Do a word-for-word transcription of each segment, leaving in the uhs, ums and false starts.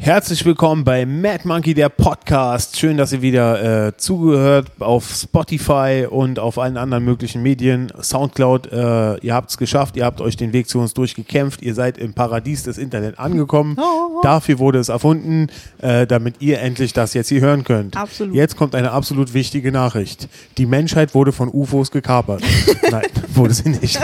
Herzlich willkommen bei Mad Monkey, der Podcast. Schön, dass ihr wieder äh, zugehört auf Spotify und auf allen anderen möglichen Medien. Soundcloud, äh, ihr habt es geschafft, ihr habt euch den Weg zu uns durchgekämpft. Ihr seid im Paradies des Internet angekommen. Oh. Dafür wurde es erfunden, äh, damit ihr endlich das jetzt hier hören könnt. Absolut. Jetzt kommt eine absolut wichtige Nachricht. Die Menschheit wurde von U F Os gekapert. Nein, wurde sie nicht.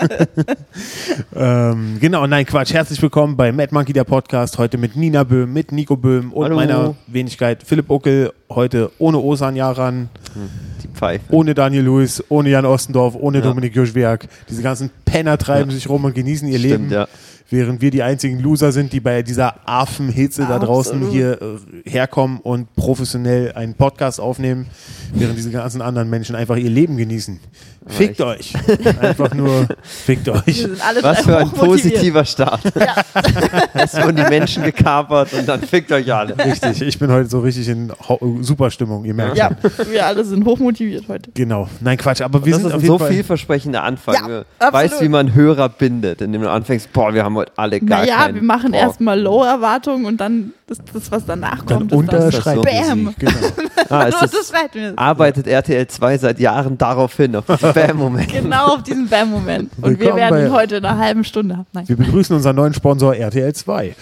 ähm, genau, nein, Quatsch. Herzlich willkommen bei Mad Monkey, der Podcast. Heute mit Nina Böhm, mit Nico Böhm und Hallo. meiner Wenigkeit Philipp Uckel. Heute ohne Osan Yaran, Die Pfeife. ohne Daniel Lewis, ohne Jan Ostendorf, ohne Ja. Dominik Joschwiak. Diese ganzen Penner treiben Ja. sich rum und genießen ihr Stimmt, Leben. ja. Während wir die einzigen Loser sind, die bei dieser Affenhitze da draußen Absolut. hier äh, herkommen und professionell einen Podcast aufnehmen, während diese ganzen anderen Menschen einfach ihr Leben genießen. Fickt euch. Einfach nur fickt Wir euch. sind alle Was drei für ein hochmotiviert. positiver Start. Es wurden die Menschen gekapert und dann fickt euch alle. Richtig, ich bin heute so richtig in Ho- Superstimmung, ihr merkt Ja, schon. wir alle sind hochmotiviert heute. Genau. Nein, Quatsch, aber wir Das sind ist auf ein jeden so Fall... vielversprechender Anfang. Ja, Du absolut. weißt, wie man Hörer bindet, indem du anfängst, boah, wir haben heute alle gar Naja, keinen wir machen Bock. erstmal Low-Erwartungen und dann das, das was danach Dann kommt, ist unterschreibt das ihr so. sie. Bam. Genau. Ah, es Nur ist, das schreit mir. arbeitet R T L zwei seit Jahren darauf hin, auf diesen Bam-Moment. Genau auf diesen Bam-Moment. Und wir Willkommen werden ihn bei- heute in einer halben Stunde haben. Nein. Wir begrüßen unseren neuen Sponsor R T L zwei.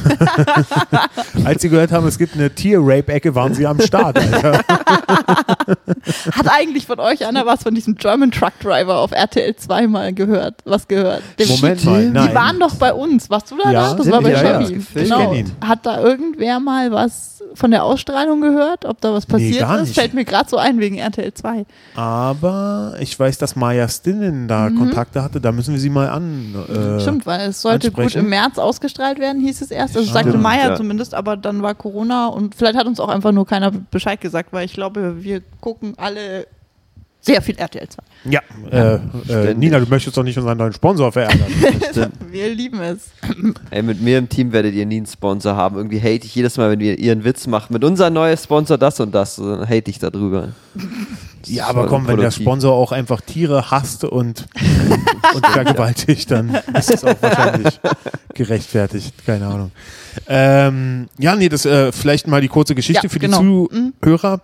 Als Sie gehört haben, es gibt eine Tier-Rape-Ecke, waren Sie am Start, Alter. Hat eigentlich von euch einer was von diesem German Truck Driver auf R T L zwei mal gehört? Was gehört? Dem Moment Shit. mal, nein. Die waren doch bei uns. Warst du da? Ja, da? Das sind war bei die, ja, ja. Chevy. Ich Genau. kenn ihn. Hat da irgendwer mal was von der Ausstrahlung gehört? Ob da was Nee, passiert gar ist? nicht. Fällt mir gerade so ein wegen R T L zwei. Aber ich weiß, dass Maya Stinnen da Kontakte hatte. Da müssen wir sie mal an. Äh, Stimmt, weil es sollte gut ansprechen. im März ausgestrahlt werden, hieß es erst. Also Stimmt, sagte Maya ja. zumindest, aber dann war Corona und vielleicht hat uns auch einfach nur keiner Bescheid gesagt, weil ich glaube, wir gucken alle sehr viel R T L zwei. Ja, äh, äh, Ständig. Nina, du möchtest doch nicht unseren neuen Sponsor verärgern. Stimmt. Wir lieben es. Ey, mit mir im Team werdet ihr nie einen Sponsor haben. Irgendwie hate ich jedes Mal, wenn ihr ihren Witz macht. Mit unser neuer Sponsor das und das, dann hate ich da drüber. Ja, aber komm, wenn der Sponsor auch einfach Tiere hasst und, und vergewaltigt, dann ist das auch wahrscheinlich gerechtfertigt. Keine Ahnung. Ähm, ja, nee, das äh, vielleicht mal die kurze Geschichte Ja, für genau. die Zuhörer.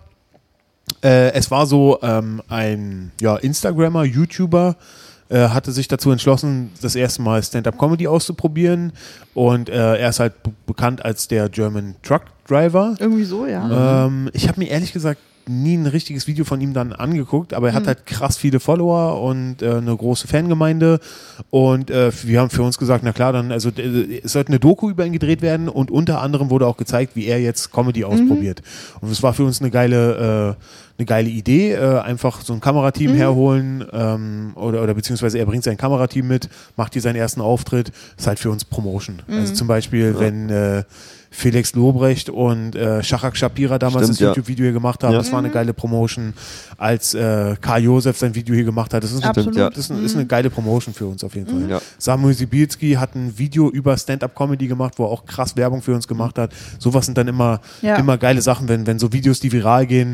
Äh, es war so, ähm, ein ja, Instagrammer, YouTuber, äh, hatte sich dazu entschlossen, das erste Mal Stand-Up-Comedy auszuprobieren. Und äh, er ist halt b- bekannt als der German Truck Driver. Irgendwie so, ja. Ähm, ich habe mir ehrlich gesagt nie ein richtiges Video von ihm dann angeguckt, aber er hat halt krass viele Follower und äh, eine große Fangemeinde und äh, wir haben für uns gesagt, na klar, dann, also äh, es sollte eine Doku über ihn gedreht werden und unter anderem wurde auch gezeigt, wie er jetzt Comedy ausprobiert. Und es war für uns eine geile, äh, eine geile Idee, äh, einfach so ein Kamerateam herholen ähm, oder, oder beziehungsweise er bringt sein Kamerateam mit, macht hier seinen ersten Auftritt, ist halt für uns Promotion. Also zum Beispiel, wenn äh, Felix Lobrecht und äh, Shachak Shapira damals Stimmt, das ja. YouTube-Video hier gemacht haben. Ja. Das war eine geile Promotion. Als äh, Karl Josef sein Video hier gemacht hat. Das ist, Absolut. eine, das ist, eine, ist eine geile Promotion für uns auf jeden Fall. Ja. Samuel Sibilski hat ein Video über Stand-Up-Comedy gemacht, wo er auch krass Werbung für uns gemacht hat. Sowas sind dann immer, Ja. immer geile Sachen, wenn, wenn so Videos, die viral gehen,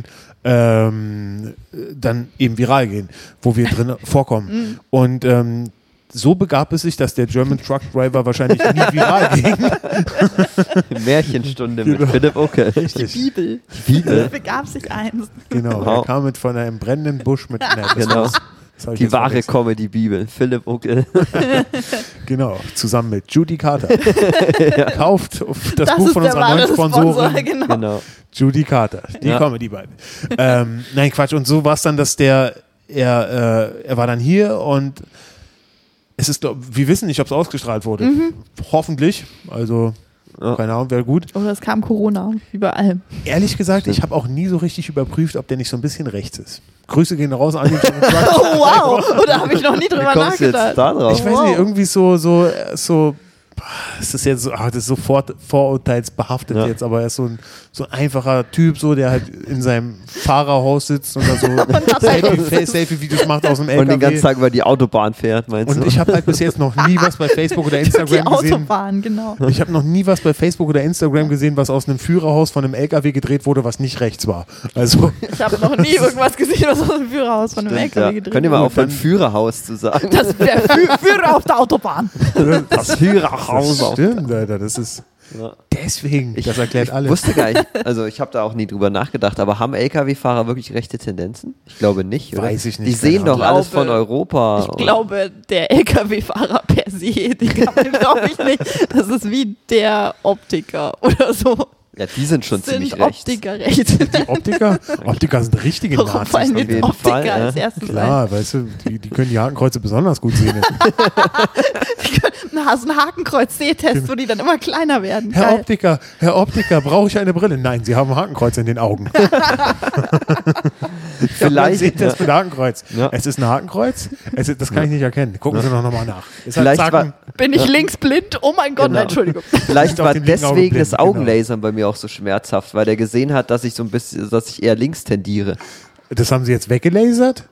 ähm, dann eben viral gehen, wo wir drin vorkommen. Und ähm, so begab es sich, dass der German Truck Driver wahrscheinlich nie viral ging. Märchenstunde mit Genau. Philipp Uckel. Die Bibel. Bibel. Das begab sich eins. Genau, er Wow. kam mit von einem brennenden Busch mit. Nein, das Genau. war's. Das hab ich Die jetzt wahre verwechselt. Comedy-Bibel. Philipp Uckel. Genau, zusammen mit Judy Carter. Kauft das, Das Buch ist von der unserer neuen wahre Sponsorin, Sponsor, genau. Genau. Judy Carter. Die Ja. Comedy beiden. ähm, nein, Quatsch. Und so war es dann, dass der, er, äh, er war dann hier und es ist, glaub- wir wissen nicht, ob es ausgestrahlt wurde. Mhm. Hoffentlich. Also, Ja. keine Ahnung, wäre gut. Oder es kam Corona, wie bei allem. Ehrlich gesagt, ich habe auch nie so richtig überprüft, ob der nicht so ein bisschen rechts ist. Grüße gehen raus an den Oh wow, oder habe ich noch nie Wie drüber kommst du jetzt nachgedacht. da drauf? Ich weiß nicht, irgendwie so, so, so, es ist jetzt so, ah, das ist so vor, vorurteilsbehaftet Ja. jetzt, aber er ist so ein, so ein einfacher Typ, so, der halt in seinem Fahrerhaus sitzt und da so Selfie- Selfie-Videos macht aus dem L K W. Und den ganzen Tag über die Autobahn fährt, meinst Und du? ich habe halt bis jetzt noch nie was bei Facebook oder Die Instagram gesehen. Autobahn, genau. Ich habe noch nie was bei Facebook oder Instagram gesehen, was aus einem Führerhaus von einem L K W gedreht wurde, was nicht rechts war. Also Ich habe noch nie irgendwas gesehen, was aus dem Führerhaus von einem Stimmt, L K W ja. gedreht Könnt ihr mal wurde. aufhören, Führerhaus zu sagen? Das wäre Fü- Führer auf der Autobahn. Das Führerhaus. das stimmt, Alter, das ist Ja. Deswegen, Ich, das erklärt ich alles. wusste gar nicht, also ich habe da auch nie drüber nachgedacht, aber haben L K W-Fahrer wirklich rechte Tendenzen? Ich glaube nicht, oder? Weiß ich nicht, Die keine sehen doch Ahnung. alles Ich glaube- von Europa. Ich glaube, der L K W-Fahrer per se, den glaube ich nicht. Das ist wie der Optiker oder so. Ja, die sind schon Sind ziemlich rechts. Optiker rechts. Die Optiker, Optiker sind richtige Warum Nazis. fallen auf mir jeden Optiker Fall, ja. als erstes ein? Klar, weißt du, die, die können die Hakenkreuze besonders gut sehen. Na, so ein Hakenkreuz-Sehtest, wo die dann immer kleiner werden. Herr Geil. Optiker, Herr Optiker, brauche ich eine Brille? Nein, Sie haben ein Hakenkreuz in den Augen. Vielleicht, Seht das mit Hakenkreuz. Ja. Es ist ein Hakenkreuz, es ist, das kann ich nicht erkennen. Gucken Sie doch nochmal nach. Ist Vielleicht halt war- Zacken. Bin ich links blind? Oh mein Gott, Genau. nein, Entschuldigung. Vielleicht Nicht auf war den linken Auge deswegen das blind, genau. Augenlasern bei mir auch so schmerzhaft, weil der gesehen hat, dass ich so ein bisschen, dass ich eher links tendiere. Das haben Sie jetzt weggelasert?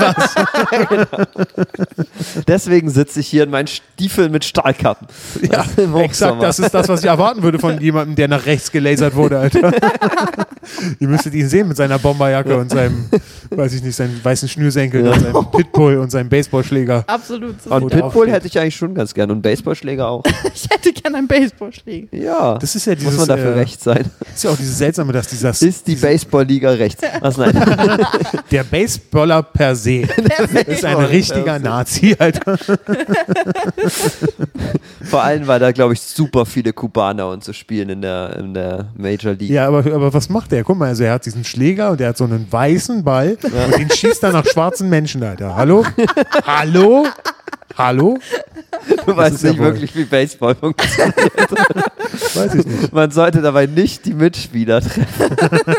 Deswegen sitze ich hier in meinen Stiefeln mit Stahlkappen. Ja, Im exakt, Hochsommer. das ist das, was ich erwarten würde von jemandem, der nach rechts gelasert wurde, Alter. Ihr müsstet ihn sehen mit seiner Bomberjacke und seinem, weiß ich nicht, seinen weißen Schnürsenkel und seinem Pitbull und seinem Baseballschläger. Absolut so. Und Wo der Pitbull aufgeht. hätte ich eigentlich schon ganz gern und Baseballschläger auch. Ich hätte gerne einen Baseballschläger. Ja, Das ist ja dieses, muss man dafür äh, recht sein. ist ja auch dieses Seltsame, dass dieser Ist die Baseballliga rechts? Was nein? der Baseballer per se ist ein richtiger Nazi, Alter. Vor allem, weil da, glaube ich, super viele Kubaner und so spielen in der, in der Major League. Ja, aber, aber was macht der? Guck mal, also er hat diesen Schläger und er hat so einen weißen Ball und den schießt er nach schwarzen Menschen, Alter. Hallo? Hallo? Hallo? du weißt ist ja nicht wohl- wirklich, wie Baseball funktioniert. Weiß ich nicht. Man sollte dabei nicht die Mitspieler treffen.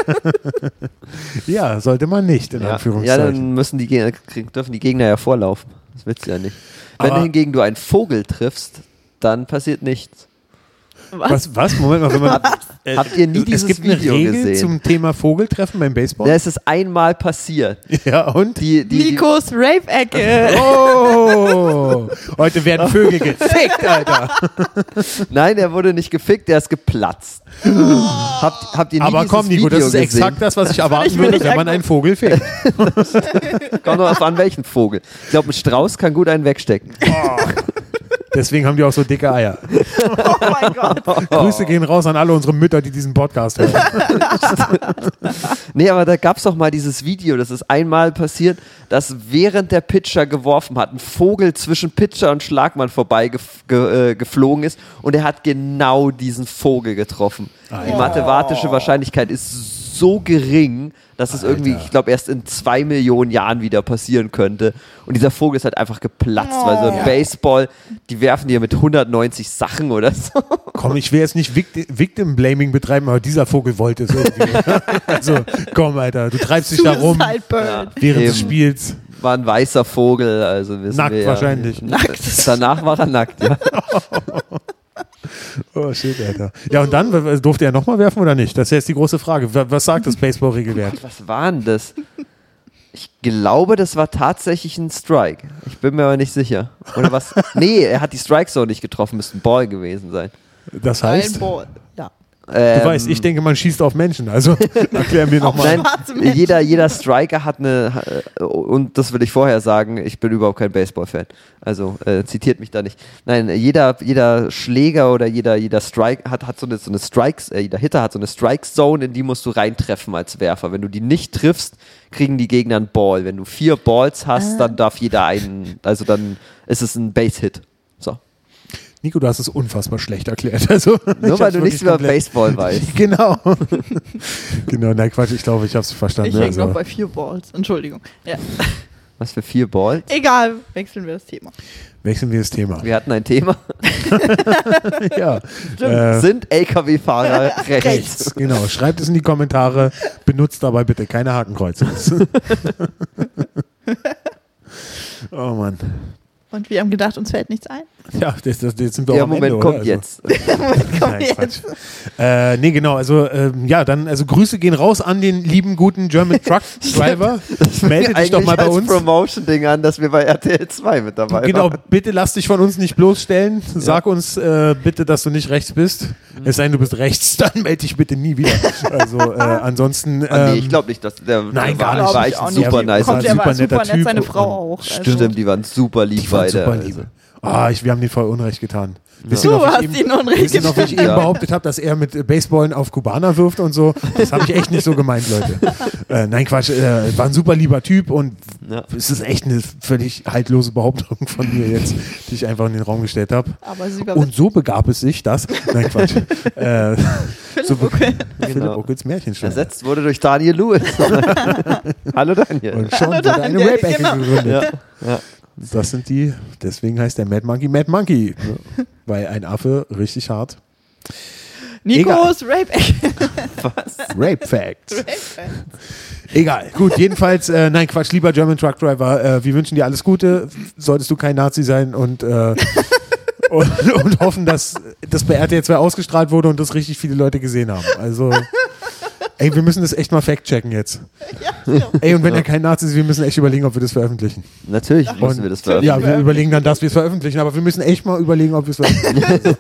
Ja, sollte man nicht, in Ja, ja, Anführungszeichen. dann müssen die Gegner, dürfen die Gegner ja vorlaufen. Das willst du ja nicht. Wenn Aber- hingegen du einen Vogel triffst, dann passiert nichts. was? was? Moment mal, wenn man. Äh, Habt ihr nie dieses es gibt eine Video Regel gesehen? zum Thema Vogeltreffen beim Baseball? Ja, es ist einmal passiert. Ja, und? Die, die, die, Nikos Rave-Ecke. Oh! Heute werden Vögel gefickt, Alter. nein, er wurde nicht gefickt, er ist geplatzt. habt, habt ihr nie Aber dieses komm, Nico, Video das ist gesehen? exakt das, was ich erwarten ich mir würde, nicht wenn man einen Vogel fickt. Kommt noch auf an, welchen Vogel. Ich glaube, ein Strauß kann gut einen wegstecken. Deswegen haben die auch so dicke Eier. Oh mein Gott. Grüße gehen raus an alle unsere Mütter, die diesen Podcast hören. Nee, aber da gab es doch mal dieses Video, das ist einmal passiert, dass während der Pitcher geworfen hat, ein Vogel zwischen Pitcher und Schlagmann vorbei gef ge äh, geflogen ist und er hat genau diesen Vogel getroffen. Die mathematische Wahrscheinlichkeit ist so gering, dass es irgendwie, ich glaube, erst in zwei Millionen Jahren wieder passieren könnte. Und dieser Vogel ist halt einfach geplatzt, weil so im Baseball, die werfen dir mit hundertneunzig Sachen oder so. Komm, ich will jetzt nicht Victi- Victim-Blaming betreiben, aber dieser Vogel wollte es irgendwie. Also, komm, Alter, du treibst dich da rum Suicide Bird. während des Eben. Spiels. War ein weißer Vogel, also wissen Nackt wir ja. wahrscheinlich. Nackt. Danach war er nackt, ja. Oh, shit, Alter. Ja, und dann, w- durfte er nochmal werfen oder nicht? Das ist jetzt die große Frage. W- Was sagt das Baseball-Regelwerk? Was war denn das? Ich glaube, das war tatsächlich ein Strike. Ich bin mir aber nicht sicher. Oder was? Nee, er hat die Strike Zone nicht getroffen, müsste ein Ball gewesen sein. Das Ein heißt, du Ball. Ja. Ähm, weißt, ich denke, man schießt auf Menschen. Also, erklär mir nochmal. Nein, Schwarze Menschen. jeder, jeder Striker hat eine, äh, und das will ich vorher sagen, ich bin überhaupt kein Baseball-Fan. Also äh, zitiert mich da nicht. Nein, jeder, jeder Schläger oder jeder, jeder Strike hat, hat so eine, so eine Strikes, äh, jeder Hitter hat so eine Strike-Zone, in die musst du reintreffen als Werfer. Wenn du die nicht triffst, kriegen die Gegner einen Ball. Wenn du vier Balls hast, dann darf jeder einen, also dann ist es ein Base-Hit. So. Nico, du hast es unfassbar schlecht erklärt. Also, ich Nur weil hab's du nichts wirklich über komplett- Baseball weißt. Genau. Genau, nein, Quatsch, ich glaube, ich habe es verstanden. Ich hänge Also, noch bei vier Balls. Entschuldigung. Ja. Was für vier Balls? Egal, wechseln wir das Thema. wechseln wir das Thema. Wir hatten ein Thema. Ja, äh, Sind L K W-Fahrer rechts? rechts. Genau, schreibt es in die Kommentare. Benutzt dabei bitte keine Hakenkreuze. Oh Mann. Und wir haben gedacht, uns fällt nichts ein. Ja, das, das, jetzt sind wir Der auch am Moment Ende, kommt oder? jetzt. Nein, Quatsch. Äh, nee, genau, also ähm, ja, dann, also Grüße gehen raus an den lieben, guten German Truck Driver. Melde dich doch mal bei als uns. Promotion-Ding an, dass wir bei R T L zwei mit dabei Genau, waren. bitte lass dich von uns nicht bloßstellen. Sag uns äh, bitte, dass du nicht rechts bist. Es sei denn, du bist rechts, dann melde dich bitte nie wieder. Also äh, ansonsten. Ah, nee, ähm, ich glaube nicht, dass der nein, der gar war, nicht. war Ich echt auch ein nicht. super nice. Kommt, der super war netter super nett, Typ seine und- Frau auch. Stimmt, die waren super lieb die waren beide. super also. lieb. Ah, ich, wir haben denen voll Unrecht getan. Wisst Du ihr noch, wie ich hast eben- ihn unrecht wisst ihr noch, wie ich eben Ja. behauptet habe, dass er mit Baseballen auf Kubaner wirft und so? Das habe ich echt nicht so gemeint, Leute. Äh, nein, Quatsch, äh, war ein super lieber Typ und Ja. es ist echt eine völlig haltlose Behauptung von mir jetzt, die ich einfach in den Raum gestellt habe. Aber sie war Und so begab es sich, dass, nein, Quatsch, äh, so be- okay. Philipp Genau. Uckels Märchenschule. Ersetzt wurde durch Daniel Lewis. Hallo Daniel. Und schon Hallo, wurde eine Daniel, Rape-Ecke genau. gegründet. Ja. Ja. Das sind die, deswegen heißt der Mad Monkey Mad Monkey. Ne? Weil ein Affe richtig hart. Nikos Rape-Ecke. Rape Facts. Egal. Gut, jedenfalls, äh, nein, Quatsch, lieber German Truck Driver, äh, wir wünschen dir alles Gute. Solltest du kein Nazi sein und, äh, und, und hoffen, dass das bei R T L zwei ausgestrahlt wurde und das richtig viele Leute gesehen haben. Also, ey, wir müssen das echt mal fact-checken jetzt. Ey, und wenn er kein Nazi ist, wir müssen echt überlegen, ob wir das veröffentlichen. Natürlich Und, müssen wir das veröffentlichen. Ja, wir überlegen dann, dass wir es veröffentlichen, aber wir müssen echt mal überlegen, ob wir es veröffentlichen.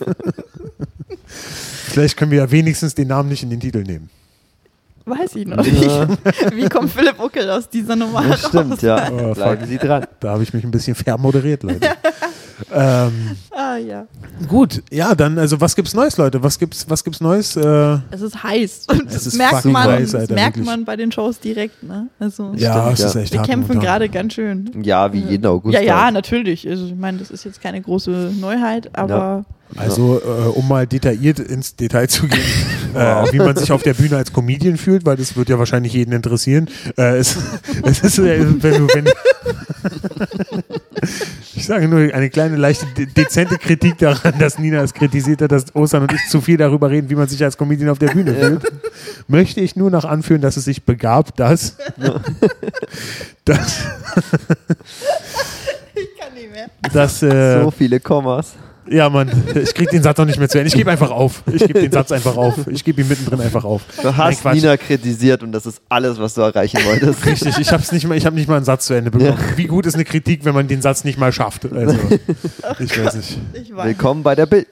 Vielleicht können wir ja wenigstens den Namen nicht in den Titel nehmen. Weiß ich noch Ja. nicht. Wie kommt Philipp Uckel aus dieser Nummer Das raus? stimmt, ja. Oh, Bleiben fuck. Sie dran. Da habe ich mich ein bisschen vermoderiert, Leute. ähm, Ah ja. gut, ja, dann, also was gibt's Neues, Leute? Was gibt's, was gibt's Neues? Äh, Es ist heiß. Und Es das ist merkt fucking man, heiß, das Alter, merkt wirklich. man bei den Shows direkt. Ne? Also, ja, Stimmt, es ist ja. echt wir hart kämpfen momentan. gerade ganz schön. Ja, wie jeden August. Ja, ja, halt. natürlich. Also, ich meine, das ist jetzt keine große Neuheit, aber Also, äh, um mal detailliert ins Detail zu gehen, äh, wie man sich auf der Bühne als Comedian fühlt, weil das wird ja wahrscheinlich jeden interessieren. Äh, es, es ist, äh, wenn du, wenn, ich sage nur eine kleine, leichte, de dezente Kritik daran, dass Nina es kritisiert hat, dass Osan und ich zu viel darüber reden, wie man sich als Comedian auf der Bühne fühlt. Möchte ich nur noch anführen, dass es sich begab, dass, dass, ich kann nicht mehr. dass äh, So viele Kommas. ja, Mann, ich krieg den Satz auch nicht mehr zu Ende. Ich gebe einfach auf. Ich gebe den Satz einfach auf. Ich gebe ihn mittendrin einfach auf. Du Nein, hast Quatsch. Nina kritisiert und das ist alles, was du erreichen wolltest. Richtig, ich habe nicht mal, ich habe nicht mal einen Satz zu Ende bekommen. Wie gut ist eine Kritik, wenn man den Satz nicht mal schafft? Also, ich weiß nicht. Ich weiß. Willkommen bei der Bild.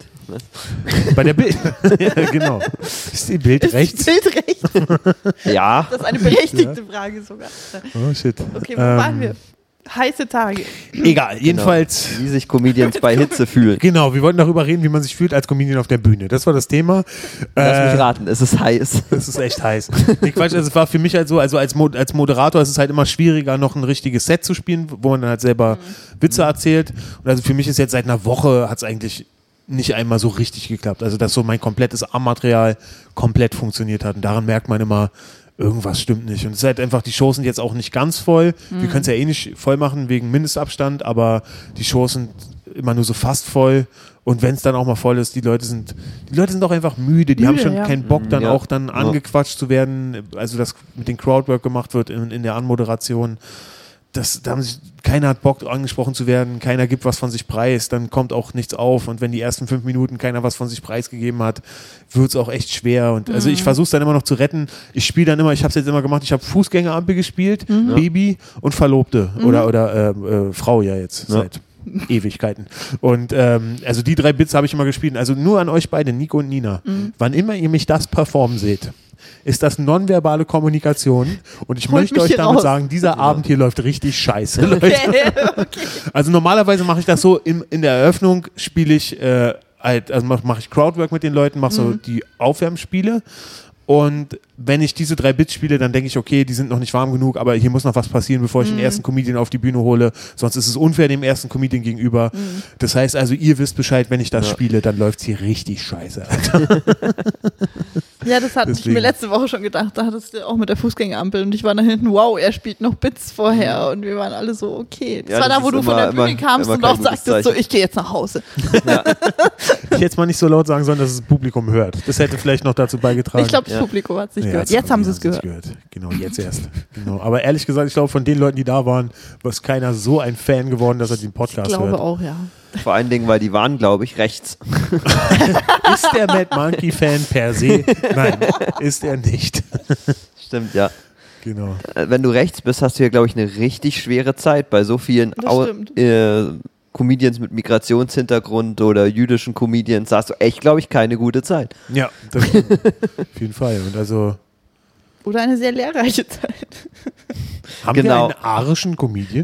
Bei der Bild, ja, genau. Ist die Bild Ist rechts? das Bild rechts? Ja. Das ist eine berechtigte Frage sogar. Oh shit. Okay, wo Ähm, waren wir? Heiße Tage. Egal, jedenfalls. Wie sich Comedians bei Hitze fühlen. Genau, wir wollten darüber reden, wie man sich fühlt als Comedian auf der Bühne. Das war das Thema. Lass Äh, mich raten, es ist heiß. Es ist echt heiß. Nee, Quatsch, also es war für mich halt so, also als, Mo als Moderator ist es halt immer schwieriger, noch ein richtiges Set zu spielen, wo man dann halt selber Witze erzählt. Und also für mich ist jetzt seit einer Woche, hat es eigentlich nicht einmal so richtig geklappt. Also dass so mein komplettes Armmaterial komplett funktioniert hat. Und daran merkt man immer, irgendwas stimmt nicht. Und es ist halt einfach, die Shows sind jetzt auch nicht ganz voll. Wir können es ja eh nicht voll machen wegen Mindestabstand, aber die Shows sind immer nur so fast voll. Und wenn es dann auch mal voll ist, die Leute sind, die Leute sind auch einfach müde. Die Müde, haben schon ja. keinen Bock, dann Ja. auch dann Ja. angequatscht zu werden. Also dass mit den Crowdwork gemacht wird in, in der Anmoderation. Das, da haben sich, keiner hat Bock, angesprochen zu werden, keiner gibt was von sich preis, dann kommt auch nichts auf. Und wenn die ersten fünf Minuten keiner was von sich preisgegeben hat, wird es auch echt schwer. Und also ich versuche es dann immer noch zu retten. Ich spiele dann immer, ich habe es jetzt immer gemacht, ich habe Fußgängerampel gespielt, Baby und Verlobte oder, oder äh, äh, Frau ja jetzt Ja. seit Ewigkeiten. Und ähm, also die drei Bits habe ich immer gespielt. Also nur an euch beide, Nico und Nina. Wann immer ihr mich das performen seht, ist das nonverbale Kommunikation und ich Holt möchte mich euch hier damit raus. sagen, dieser Abend hier läuft richtig scheiße, Leute. Okay, okay. Also normalerweise mache ich das so, in, in der Eröffnung spiele ich äh, halt, also mache mach ich Crowdwork mit den Leuten, mache so Mhm. die Aufwärmspiele und wenn ich diese drei Bits spiele, dann denke ich, okay, die sind noch nicht warm genug, aber hier muss noch was passieren, bevor ich Mhm. den ersten Comedian auf die Bühne hole, sonst ist es unfair dem ersten Comedian gegenüber. Mhm. Das heißt also, ihr wisst Bescheid, wenn ich das Ja. spiele, dann läuft es hier richtig scheiße, Alter. Ja, das hatte ich Deswegen. mir letzte Woche schon gedacht. Da hattest du auch mit der Fußgängerampel und ich war da hinten, wow, er spielt noch Bits vorher und wir waren alle so, okay. Das Ja, war das da, wo ist du von der immer- Bühne immer- kamst immer und kein auch gutes sagtest so, Zeichen. ich gehe jetzt nach Hause. Ich hätte es mal nicht so laut sagen sollen, dass es das Publikum hört. Das hätte vielleicht noch dazu beigetragen. Ich glaube, das Ja. Publikum hat es nicht Ja, gehört. Jetzt haben sie es gehört. Genau, jetzt erst. Genau. Aber ehrlich gesagt, ich glaube, von den Leuten, die da waren, ist keiner so ein Fan geworden, dass er den Ich Podcast glaube hört. auch, ja. Vor allen Dingen, weil die waren, glaube ich, rechts. Ist der Mad Monkey Fan per se? Nein, ist er nicht. Stimmt, ja. Genau. Äh, Wenn du rechts bist, hast du ja, glaube ich, eine richtig schwere Zeit bei so vielen Das Au stimmt. äh, Comedians mit Migrationshintergrund oder jüdischen Comedians. Da hast du echt, glaube ich, keine gute Zeit. Ja, das stimmt. Auf jeden Fall. Und also Oder eine sehr lehrreiche Zeit. haben Genau. wir einen arischen Comedian?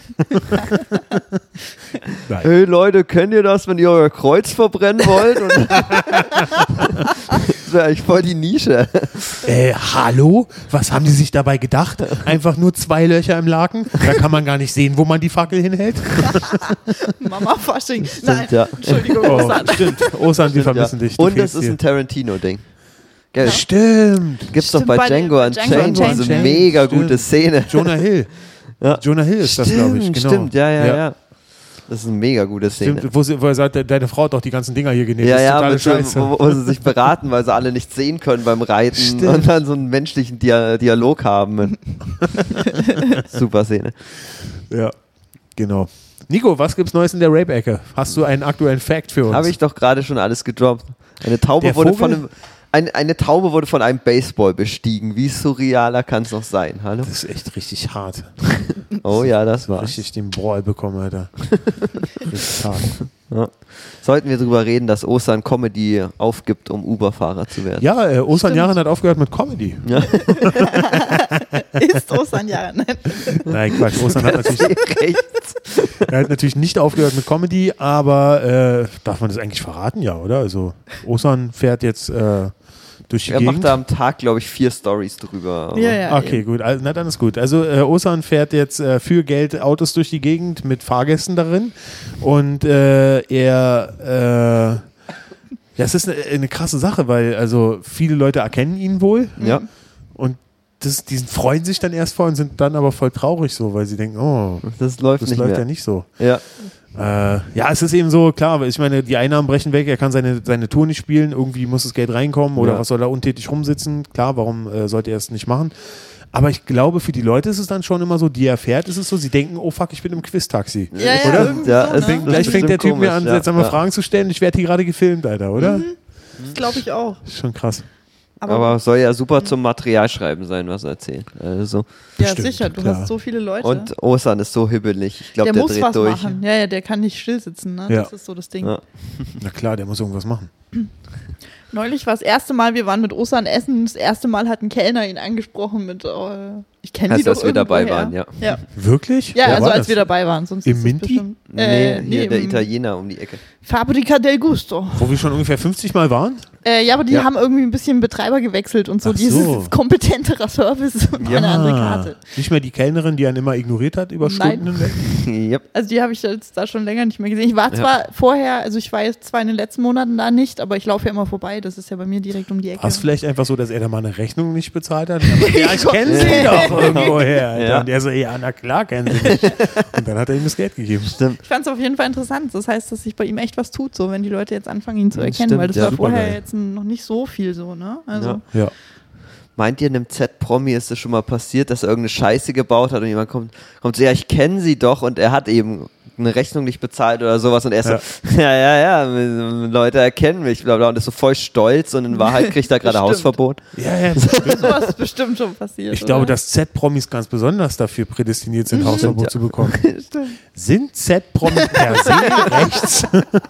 Nein. Hey Leute, kennt ihr das, wenn ihr euer Kreuz verbrennen wollt? Und das wäre eigentlich voll die Nische. Äh, hallo? Was haben die sich dabei gedacht? Einfach nur zwei Löcher im Laken? Da kann man gar nicht sehen, wo man die Fackel hinhält. Mama Fasching. Nein, ja. Entschuldigung. Oh, Osan. stimmt. Ostern, die Ja. vermissen dich. Du Und das fehlst ist hier. ein Tarantino-Ding. Gell? Stimmt. Gibt's doch Stimmt, bei bei Django den- Unchained Django diese Unchained. mega Stimmt. gute Szene. Jonah Hill. Ja. Jonah Hill ist das, glaube ich. Genau. Stimmt, ja, ja, ja. Das ist eine mega gute Szene. Stimmt, wo, sie, wo er sagt, de- deine Frau hat doch die ganzen Dinger hier genäht. Ja, das ist ja, totale mit so, Scheiße. wo, wo sie sich beraten, weil sie alle nichts sehen können beim Reiten Stimmt. und dann so einen menschlichen Dia Dialog haben. Super Szene. Ja, genau. Nico, was gibt's Neues in der Rape-Ecke? Hast du einen aktuellen Fact für uns? Habe ich doch gerade schon alles gedroppt. Eine Taube Der wurde Vogel? von einem, ein, eine Taube wurde von einem Baseball bestiegen. Wie surrealer kann es noch sein? Hallo? Das ist echt richtig hart. Oh ja, das war's. Richtig den Brawl bekommen, Alter. Richtig hart. Ja. Sollten wir darüber reden, dass Osan Comedy aufgibt, um Uber-Fahrer zu werden? Ja, äh, Osan Stimmt. Jaren hat aufgehört mit Comedy. Ist Osan ja. Nein. Nein, Quatsch. Osan hat natürlich, Rechts. er hat natürlich nicht aufgehört mit Comedy, aber äh, darf man das eigentlich verraten? Ja, oder? Also Osan fährt jetzt äh, durch die Er Gegend. macht da am Tag, glaube ich, vier Stories drüber. aber- Ja, ja. Okay, gut. Also, na, dann ist gut. Also äh, Osan fährt jetzt äh, für Geld Autos durch die Gegend mit Fahrgästen darin und äh, er äh, ja, es ist eine, eine krasse Sache, weil also viele Leute erkennen ihn wohl Ja. und das, die freuen sich dann erst vor und sind dann aber voll traurig so, weil sie denken, oh, Das läuft das nicht läuft mehr. ja nicht so. Ja. Äh, ja, es ist eben so, klar, ich meine, die Einnahmen brechen weg, er kann seine, seine Tour nicht spielen, irgendwie muss das Geld reinkommen oder Ja. was soll er untätig rumsitzen? Klar, warum äh, sollte er es nicht machen? Aber ich glaube, für die Leute ist es dann schon immer so, die er fährt, ist es so, sie denken, oh fuck, ich bin im Quiz-Taxi. Ja, ja, Oder? irgendwie Ja, so, es ne? fängt- Gleich Das fängt der ist bestimmt Typ mir an, komisch, ja. jetzt einmal Ja. Fragen zu stellen, ich werde hier gerade gefilmt, Alter, oder? Das glaube ich auch. Ist schon krass. Aber, Aber soll ja super zum Materialschreiben sein, was er erzählt. Also. ja, Bestimmt, sicher, du klar. hast so viele Leute. Und Osan ist so hibbelig. Ich glaube, der, der, muss dreht was durch. machen. Ja, ja, der kann nicht still sitzen. Ne? Ja. Das ist so das Ding. Ja. Na klar, der muss irgendwas machen. Neulich war das erste Mal, wir waren mit Osan essen, das erste Mal hat ein Kellner ihn angesprochen mit, äh, ich kenne Heißt, die doch dass wir dabei irgendwoher. waren, ja. Ja, Wirklich? ja Wer also war als das? wir dabei waren. Sonst Im ist es Minty? bestimmt- Nee, Äh, hier der im Italiener um die Ecke. Fabrica del Gusto. Wo wir schon ungefähr fünfzig Mal waren? Äh, ja, aber die Ja. haben irgendwie ein bisschen Betreiber gewechselt und so. Ach so. Dieses kompetenterer Service und Ja. eine andere Karte. Nicht mehr die Kellnerin, die einen immer ignoriert hat über Nein. Stunden hinweg? Yep. Also die habe ich jetzt da schon länger nicht mehr gesehen. Ich war Ja. zwar vorher, also ich war jetzt zwar in den letzten Monaten da nicht, aber ich laufe ja immer vorbei. Das ist ja bei mir direkt um die Ecke. War es vielleicht einfach so, dass er da mal eine Rechnung nicht bezahlt hat? Aber, ja, ich kenne sie Ja. doch irgendwoher. Alter. Ja. Und er so, ja, na klar kennen sie mich. Und dann hat er ihm das Geld gegeben. Stimmt. Ich fand es auf jeden Fall interessant. Das heißt, dass sich bei ihm echt was tut, so wenn die Leute jetzt anfangen, ihn zu Ja, erkennen, stimmt, weil das ja, war vorher supergeil. jetzt noch nicht so viel so, ne? Also Ja. Ja. Meint ihr, einem Z-Promi ist es schon mal passiert, dass er irgendeine Scheiße gebaut hat und jemand kommt, kommt so, ja, ich kenne sie doch und er hat eben eine Rechnung nicht bezahlt oder sowas und er ist Ja. so, ja, ja, ja, Leute erkennen mich, bla bla, und ist so voll stolz und in Wahrheit kriegt er gerade Stimmt. Hausverbot. Ja, ja, das stimmt. sowas ist bestimmt schon passiert. Ich glaube, oder? dass Z-Promis ganz besonders dafür prädestiniert sind, Hausverbot ja. zu bekommen. Stimmt. Sind Z-Promis per se rechts?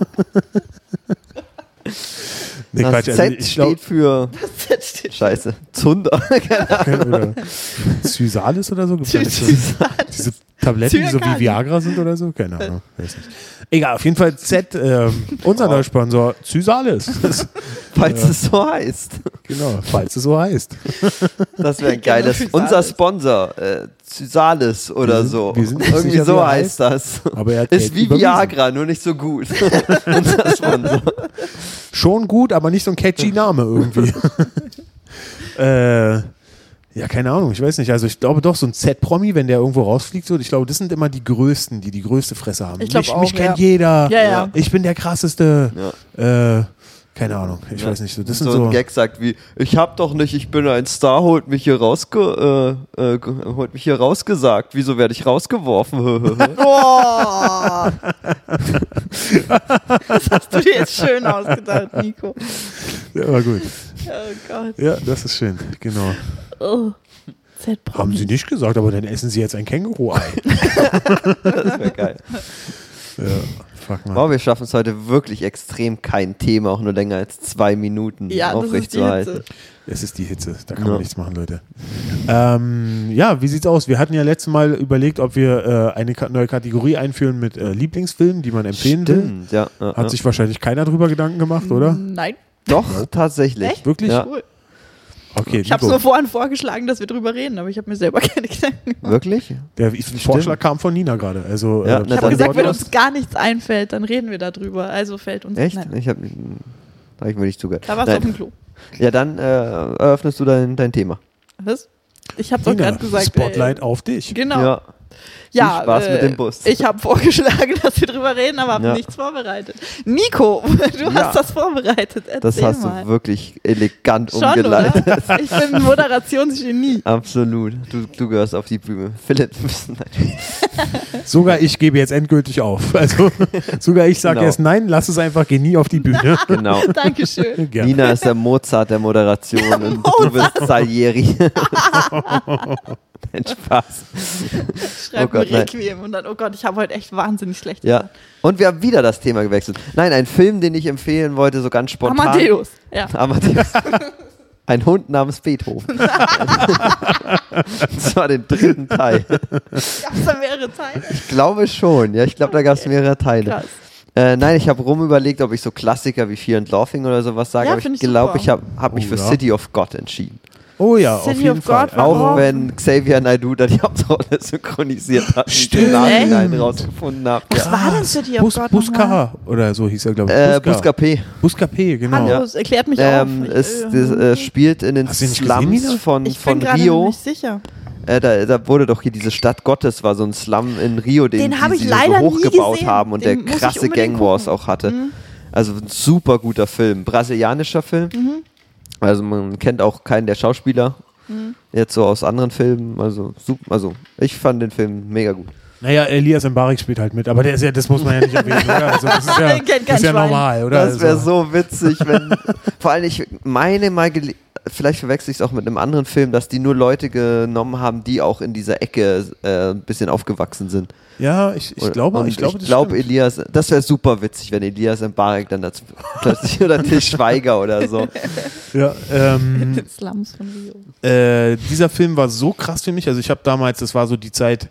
Nee, Das Quatsch, Z also ich glaube, steht für Das steht Scheiße, Zunder. oder Zysalis oder so. Gibt's da nicht so? Diese Tabletten, die so wie Zyakan. Viagra sind oder so? Keine Ahnung, weiß nicht. Egal, auf jeden Fall Z, ähm, unser neuer Sponsor, Zysalis. Das, Falls es so heißt. genau, falls es so heißt. Das wäre ein Genau, geiles. Physalis. Unser Sponsor, äh, Zysalis oder Wir sind- so. wir sind nicht Irgendwie sicher, so wie er heißt das. Aber er hat Ist Geld wie überwiesen. Viagra, nur nicht so gut. Unser Sponsor. Schon gut, aber nicht so ein catchy Name irgendwie. äh, ja, keine Ahnung, ich weiß nicht. Also ich glaube doch, so ein Z-Promi, wenn der irgendwo rausfliegt, so, ich glaube, das sind immer die Größten, die die größte Fresse haben. Ich glaub mich auch, mich kennt ja. jeder. Ja, ja. Ich bin der krasseste. Äh, keine Ahnung, ich Ja. weiß nicht. So, das So sind so. ein Gag sagt wie, ich hab doch nicht, ich bin ein Star, holt mich hier rausge, äh, äh, ge- holt mich hier rausgesagt. Wieso werde ich rausgeworfen? Boah! Das hast du dir jetzt schön ausgedacht, Nico. Ja, war gut. Oh Gott. Ja, das ist schön, genau. Oh. Z-Promi. Haben sie nicht gesagt, aber dann essen sie jetzt ein Känguru-Ei. Das wäre geil. Ja, Fuck, Mann. Wow, wir schaffen es heute wirklich extrem, kein Thema auch nur länger als zwei Minuten Ja, das ist die aufrechtzuerhalten. Hitze. Es ist die Hitze, da kann Ja. man nichts machen, Leute. Ähm, ja, wie sieht's aus? Wir hatten ja letztes Mal überlegt, ob wir äh, eine Ka- neue Kategorie einführen mit äh, Lieblingsfilmen, die man empfehlen will. Stimmt, ja. ja, Hat ja. sich wahrscheinlich keiner drüber Gedanken gemacht, oder? Nein. Doch, tatsächlich. Echt? Wirklich? Ja. Cool. Okay, Ich habe Nico. nur vorhin vorgeschlagen, dass wir drüber reden, aber ich habe mir selber keine Gedanken gemacht. Wirklich? Der Vorschlag kam von Nina gerade. Also, Ja, äh, na Ich dann habe gesagt, wenn Podcast? uns gar nichts einfällt, dann reden wir darüber. Also fällt uns Echt? Nein. Ich habe hab ich mir nicht zugehört. Da warst du auf dem Klo. Ja, dann äh, eröffnest du dein, dein Thema. Was? Ich habe doch Nina, gerade gesagt. Spotlight äh, auf dich. Genau. Ja. Ja, Viel Spaß äh, mit dem Bus. Ich habe vorgeschlagen, dass wir drüber reden, aber habe Ja. nichts vorbereitet. Nico, du Ja. hast das vorbereitet. Erzähl Das hast mal. du wirklich elegant Schon, umgeleitet. oder? Ich bin ein Moderationsgenie. Absolut. Du, du gehörst auf die Bühne. Philipp, nein. Sogar ich gebe jetzt endgültig auf. Also sogar ich sage Genau. erst nein, lass es einfach, geh nie auf die Bühne. Genau. Dankeschön. Gerne. Nina ist der Mozart der Moderation und du bist Salieri. Nein, Spaß. Schreib Oh Gott, mir nein. Requiem und dann, oh Gott, ich habe heute echt wahnsinnig schlecht Ja. gesagt. Und wir haben wieder das Thema gewechselt. Nein, ein Film, den ich empfehlen wollte, so ganz spontan. Amadeus. Ja. Amadeus. Ein Hund namens Beethoven. Das war den dritten Teil. Gab es da mehrere Teile? Ich glaube schon. Ja, ich glaube, da gab es mehrere Teile. Krass. Äh, nein, ich habe rum überlegt, ob ich so Klassiker wie Fear and Loathing oder sowas sage, Ja, aber find ich ich glaube, super. ich habe hab mich Oh, für ja. City of God entschieden. Oh ja, City auf jeden of Fall. God war- Auch Warum? wenn Xavier Naidoo da die Hauptrolle synchronisiert hat, Stimmt. die ich im Nachhinein rausgefunden habe. Was war denn City of Bus, God Buska oder so hieß er, glaube ich. Äh, Buska P. Buska P, genau. Hallo, es erklärt mich Ähm, auf. es, Ich, das, äh, spielt in den Hast du ihn nicht gesehen, Slums Nina? von, ich von bin gerade Rio. nicht sicher. Äh, da, da wurde doch hier diese Stadt Gottes, war so ein Slum in Rio, den, Den die hab ich sie leider so nie hochgebaut gesehen. haben und Den der muss ich krasse unbedingt Gang Wars gucken. auch hatte. Mhm. Also ein super guter Film, brasilianischer Film. Also man kennt auch keinen der Schauspieler, jetzt so aus anderen Filmen. Also, super, also ich fand den Film mega gut. Naja, Elias Mbarek spielt halt mit, aber der ist ja, das muss man ja nicht erwähnen, oder? Also das ist ja, Den kennt das ist ja kein Schwein. normal, oder? Das wäre Also, so witzig, wenn. Vor allem, ich meine mal, gele- vielleicht verwechsel ich es auch mit einem anderen Film, dass die nur Leute genommen haben, die auch in dieser Ecke äh, ein bisschen aufgewachsen sind. ja, ich, ich Und- glaube, und ich glaube, ich das glaube, stimmt. Elias, das wäre super witzig, wenn Elias Mbarek dann dazu plötzlich oder Til Schweiger oder so. Ja, ähm, Den Slums von Rio. äh, dieser Film war so krass für mich. Also ich habe damals, das war so die Zeit,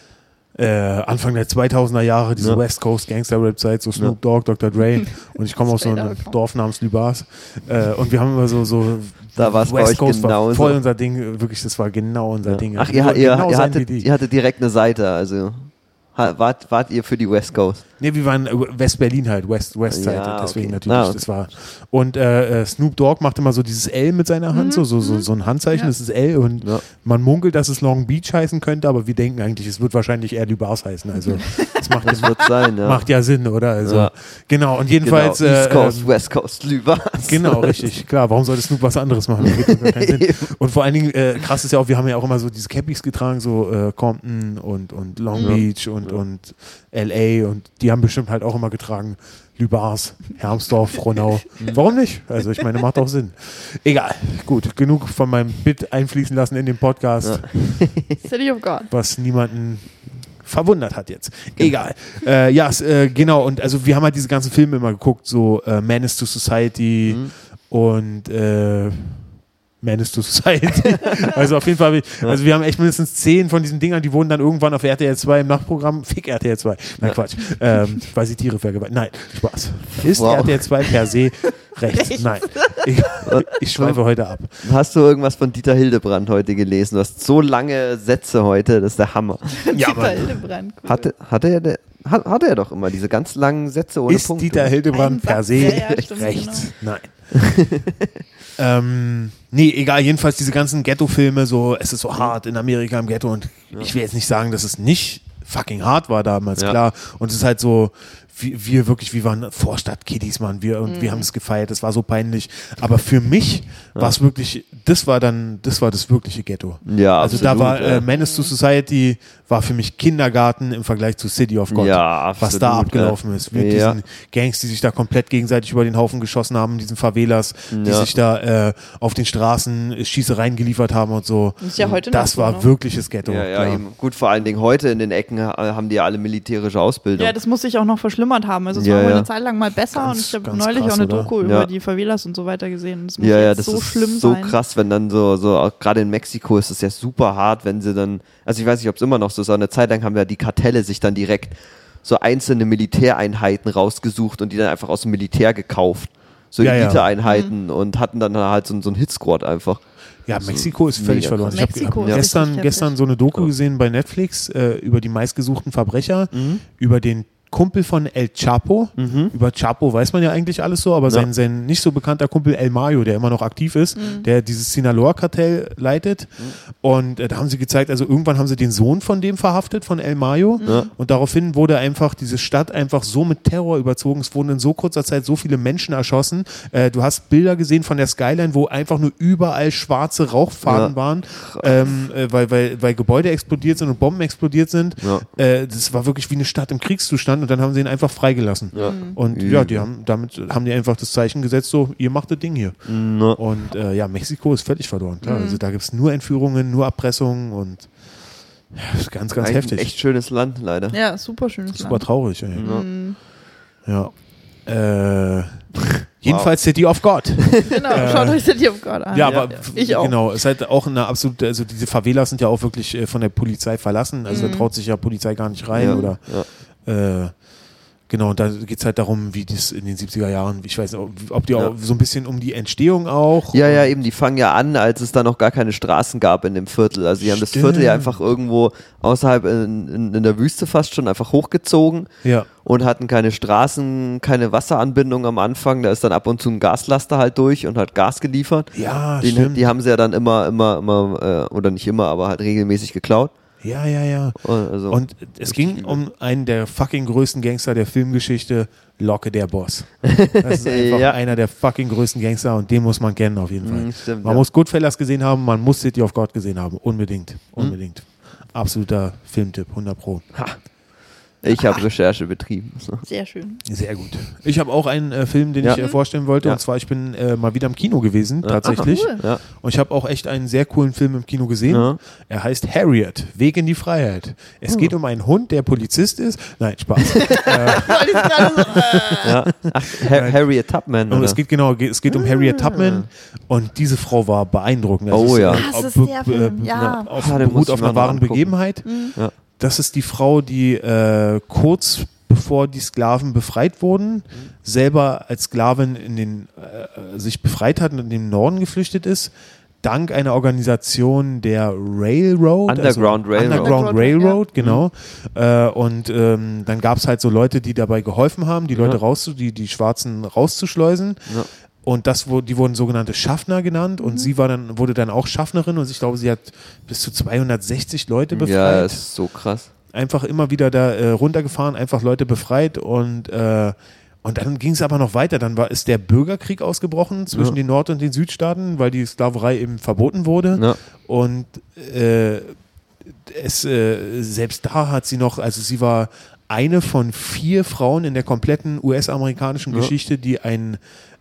äh, Anfang der zweitausender Jahre, diese Ja. West Coast Gangster-Rap-Zeit, so Snoop Dogg, Doktor Dre und ich komme aus so Straight einem Outta Compton. Dorf namens Lübars äh, und wir haben immer so, so Da war's bei euch war genauso. voll unser Ding, wirklich, das war genau unser Ja. Ding. Ach, Wir ihr, wollten ihr, genau ihr, sein hattet, wie die. ihr hattet direkt eine Seite, also ha- wart, wart ihr für die West Coast? Nee, wir waren äh, West-Berlin halt, West, Westside, Ja, deswegen okay. natürlich, Ah, okay. das war. Und äh, äh, Snoop Dogg machte mal so dieses L mit seiner Hand, so, so, so, so ein Handzeichen, Ja. das ist L und Ja. man munkelt, dass es Long Beach heißen könnte, aber wir denken eigentlich, es wird wahrscheinlich eher Lübars heißen, also das macht, Das wird sein, ja. macht ja Sinn, oder? Also, Ja. genau, und jedenfalls, genau. East äh, Coast, ähm, West Coast, Lübers. genau, richtig, klar, warum sollte Snoop was anderes machen? Das gibt doch gar keinen Sinn. Und vor allen Dingen, äh, krass ist ja auch, wir haben ja auch immer so diese Cappies getragen, so äh, Compton und, und Long Ja. Beach und, und L A und die haben bestimmt halt auch immer getragen Lübars, Hermsdorf, Frohnau. Warum nicht? Also ich meine, macht auch Sinn. Egal, gut, genug von meinem Bit einfließen lassen in den Podcast, City of God. was niemanden verwundert hat jetzt. Egal. Äh, ja, s- äh, genau, und also wir haben halt diese ganzen Filme immer geguckt, so äh, Menace to Society und äh, Menace to Society. Also auf jeden Fall, hab ich, also wir haben echt mindestens zehn von diesen Dingern, die wurden dann irgendwann auf R T L zwei im Nachtprogramm, fick R T L zwei, nein Quatsch, ähm, weil sie Tiere vergewaltigen, nein, Spaß. Ist Wow. R T L zwei per se rechts? Nein. Ich, ich schweife heute ab. Hast du irgendwas von Dieter Hildebrand heute gelesen? Du hast so lange Sätze heute, das ist der Hammer. Ja, Dieter Mann. Hildebrand. Cool. Hatte, hatte, er, de- hat, hatte er doch immer diese ganz langen Sätze ohne Ist Punkte. Dieter Hildebrand Ein per Satz, se ja, ja, stimmt, rechts? Nein. ähm, nee, egal, jedenfalls diese ganzen Ghetto-Filme, so, es ist so hart in Amerika im Ghetto und ich will jetzt nicht sagen, dass es nicht fucking hart war damals, Ja. klar. Und es ist halt so, wir, wir wirklich, wir waren Vorstadt-Kiddies, Mann, wir, und wir haben es gefeiert, das war so peinlich. Aber für mich war es wirklich, das war dann, das war das wirkliche Ghetto. Ja, Also absolut, da war ja. äh, Menace to Society war für mich Kindergarten im Vergleich zu City of God. Ja, was da absolut, abgelaufen ja. ist. Mit Ja. diesen Gangs, die sich da komplett gegenseitig über den Haufen geschossen haben, diesen Favelas, die Ja. sich da äh, auf den Straßen äh, Schießereien geliefert haben und so. Das ist ja heute Das noch war so, ne? wirkliches Ghetto. Ja, ja, klar. eben. Gut, vor allen Dingen heute in den Ecken ha- haben die ja alle militärische Ausbildung. Ja, das muss sich auch noch verschlimmern. verschlimmert haben. Also es Ja, war wohl ja. eine Zeit lang mal besser Ganz- und ich habe ganz neulich krass, auch eine oder? Doku Ja. über die Favelas und so weiter gesehen. Das muss Ja, ja, jetzt das so ist schlimm so sein. krass, wenn dann so, so auch gerade in Mexiko ist es ja super hart, wenn sie dann, also ich weiß nicht, ob es immer noch so ist, aber eine Zeit lang haben ja die Kartelle sich dann direkt so einzelne Militäreinheiten rausgesucht und die dann einfach aus dem Militär gekauft. So Ja, ja. Eliteeinheiten Mhm. und hatten dann halt so, so einen Hitsquad einfach. Ja, Mexiko ist völlig mega verloren. Ich habe Mexiko hab ist gestern, richtig gestern heftig. so eine Doku gesehen bei Netflix äh, über die meistgesuchten Verbrecher, Mhm. über den Kumpel von El Chapo. Über Chapo weiß man ja eigentlich alles so, aber sein, sein nicht so bekannter Kumpel El Mayo, der immer noch aktiv ist, der dieses Sinaloa-Kartell leitet. Und äh, da haben sie gezeigt, also irgendwann haben sie den Sohn von dem verhaftet, von El Mayo. Und daraufhin wurde einfach diese Stadt einfach so mit Terror überzogen. Es wurden in so kurzer Zeit so viele Menschen erschossen. Äh, du hast Bilder gesehen von der Skyline, wo einfach nur überall schwarze Rauchfahnen Ja. waren, ähm, äh, weil, weil, weil Gebäude explodiert sind und Bomben explodiert sind. Ja. Äh, das war wirklich wie eine Stadt im Kriegszustand und dann haben sie ihn einfach freigelassen. Ja. Und ja, die haben damit haben die einfach das Zeichen gesetzt, so, ihr macht das Ding hier. Na. Und äh, ja, Mexiko ist völlig verloren. Klar. Also da gibt es nur Entführungen, nur Erpressungen und ja, das ist ganz, ganz Ein heftig. echt schönes Land, leider. Ja, super schönes Super Land. traurig. Ey. Ja. Ja. Äh, jedenfalls City of God. Genau, schaut euch City of God an. Ja, aber Ich auch. genau, es ist halt auch eine absolute, also diese Favelas sind ja auch wirklich äh, von der Polizei verlassen, also da traut sich ja Polizei gar nicht rein Ja. oder Ja. äh, genau, und da geht es halt darum, wie das in den siebziger Jahren, ich weiß nicht, ob, ob die Ja. auch so ein bisschen um die Entstehung auch. Ja, ja, eben, die fangen ja an, als es da noch gar keine Straßen gab in dem Viertel. Also die haben das Stimmt. Viertel ja einfach irgendwo außerhalb in, in, in der Wüste fast schon einfach hochgezogen Ja. und hatten keine Straßen, keine Wasseranbindung am Anfang. Da ist dann ab und zu ein Gaslaster halt durch und hat Gas geliefert. Ja, Die, stimmt. die haben sie ja dann immer, immer, immer, äh, oder nicht immer, aber halt regelmäßig geklaut. Ja, ja, ja. Und, also, Und es ging um einen der fucking größten Gangster der Filmgeschichte, Locke der Boss. Das ist einfach Ja. einer der fucking größten Gangster und den muss man kennen auf jeden Fall. Mhm, stimmt, man ja. muss Goodfellas gesehen haben, man muss City of God gesehen haben. Unbedingt. Unbedingt. Absoluter Filmtipp, hundert Pro. ich habe Recherche betrieben. So. Sehr schön. Sehr gut. Ich habe auch einen äh, Film, den Ja. ich äh, vorstellen wollte. Ja. Und zwar, ich bin äh, mal wieder im Kino gewesen, tatsächlich. cool. Ja. Und ich habe auch echt einen sehr coolen Film im Kino gesehen. Ja. Er heißt Harriet, Weg in die Freiheit. Es Oh. geht um einen Hund, der Polizist ist. Nein, Spaß. Weil ich gerade so, äh, Ja. Ach, Ha- Harriet Tubman. Und oder? es geht genau, es geht um Harriet Tubman und diese Frau war beeindruckend. Oh ist, ja. äh, Das ist be- der be- Film, be- ja. Auf, Ah, den muss beruht ich auf mir einer noch wahren angucken. Begebenheit. Ja. Das ist die Frau, die äh, kurz bevor die Sklaven befreit wurden, selber als Sklavin in den, äh, sich befreit hat und in den Norden geflüchtet ist, dank einer Organisation der Railroad. Underground also Railroad. Underground Underground, Railroad, genau. Äh, und ähm, dann gab es halt so Leute, die dabei geholfen haben, die Leute Ja. rauszu, die, die Schwarzen rauszuschleusen. Ja. Und das, wo- die wurden sogenannte Schaffner genannt und sie war dann, wurde dann auch Schaffnerin und ich glaube, sie hat bis zu zweihundertsechzig Leute befreit. Ja, das ist so krass. Einfach immer wieder da äh, runtergefahren, einfach Leute befreit und äh, und dann ging es aber noch weiter. Dann war, ist der Bürgerkrieg ausgebrochen zwischen Ja. den Nord- und den Südstaaten, weil die Sklaverei eben verboten wurde. Ja. Und äh, es, äh, selbst da hat sie noch, also sie war eine von vier Frauen in der kompletten U S-amerikanischen Ja. Geschichte, die ein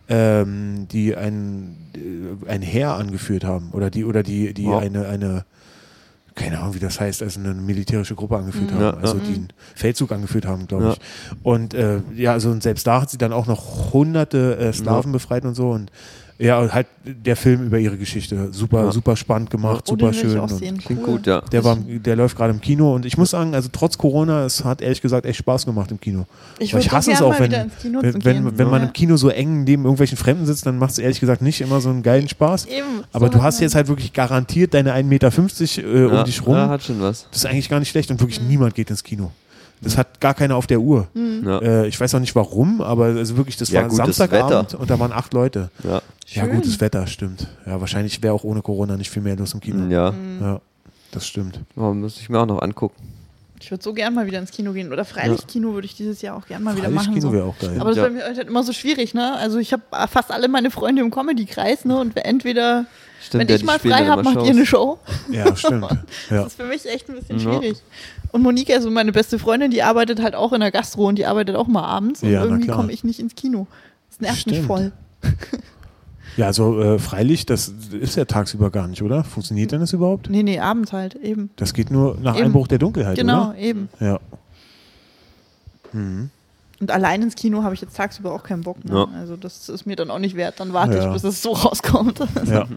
ähm, die ein, äh, ein Heer angeführt haben oder die oder die die Ja. eine eine keine Ahnung, wie das heißt, also eine militärische Gruppe angeführt Ja, haben, also ja. die einen Feldzug angeführt haben, glaube Ja. ich. Und äh, ja, also und selbst da hat sie dann auch noch hunderte äh, Sklaven befreit und so und ja, und halt der Film über ihre Geschichte, super, Ja. super spannend gemacht, oh, den super will schön. ich auch und sehen. Klingt Cool. gut, ja. der, war, der läuft gerade im Kino und ich muss sagen, also trotz Corona, es hat ehrlich gesagt echt Spaß gemacht im Kino. Ich Weil würde ich hasse so es gern auch, mal wenn, wieder ins Kino wenn, zu wenn, gehen. wenn man Ja. im Kino so eng neben irgendwelchen Fremden sitzt, dann macht es ehrlich gesagt nicht immer so einen geilen Spaß. Eben, Aber so du hat hast man- jetzt halt wirklich garantiert deine ein Meter fünfzig äh, um ja. dich rum. Ja, hat schon was. Das ist eigentlich gar nicht schlecht und wirklich niemand geht ins Kino. Das hat gar keiner auf der Uhr. Ja. Äh, ich weiß auch nicht warum, aber also wirklich, das Ja, war gutes Samstagabend Wetter. und da waren acht Leute. Ja. Ja, Schön. gutes Wetter, stimmt. Ja, wahrscheinlich wäre auch ohne Corona nicht viel mehr los im Kino. Ja. Ja, das stimmt. Oh, muss ich mir auch noch angucken. Ich würde so gern mal wieder ins Kino gehen. Oder Freilichtkino würde ich dieses Jahr auch gern mal wieder machen. Kino So. wäre auch geil. Aber das Ja. ist bei mir halt immer so schwierig, ne? Also ich habe fast alle meine Freunde im Comedy-Kreis, ne? Und entweder, Stimmt, wenn ja, ich die mal spielen frei dann habe, immer macht ihr eine Show. Ja, stimmt. Ja. Das ist für mich echt ein bisschen Ja. schwierig. Und Monique, also meine beste Freundin, die arbeitet halt auch in der Gastro und die arbeitet auch mal abends. Und Ja, na irgendwie klar. komme ich nicht ins Kino. Das nervt mich Stimmt. voll. Ja, also äh, Freilicht, das ist ja tagsüber gar nicht, oder? Funktioniert denn das überhaupt? Nee, nee, abends halt, eben. Das geht nur nach Eben. Einbruch der Dunkelheit, Genau, oder? eben. Ja. Mhm. Und allein ins Kino habe ich jetzt tagsüber auch keinen Bock. Ne? Ja. Also das ist mir dann auch nicht wert. Dann warte Ja. ich, bis es so rauskommt. Ja.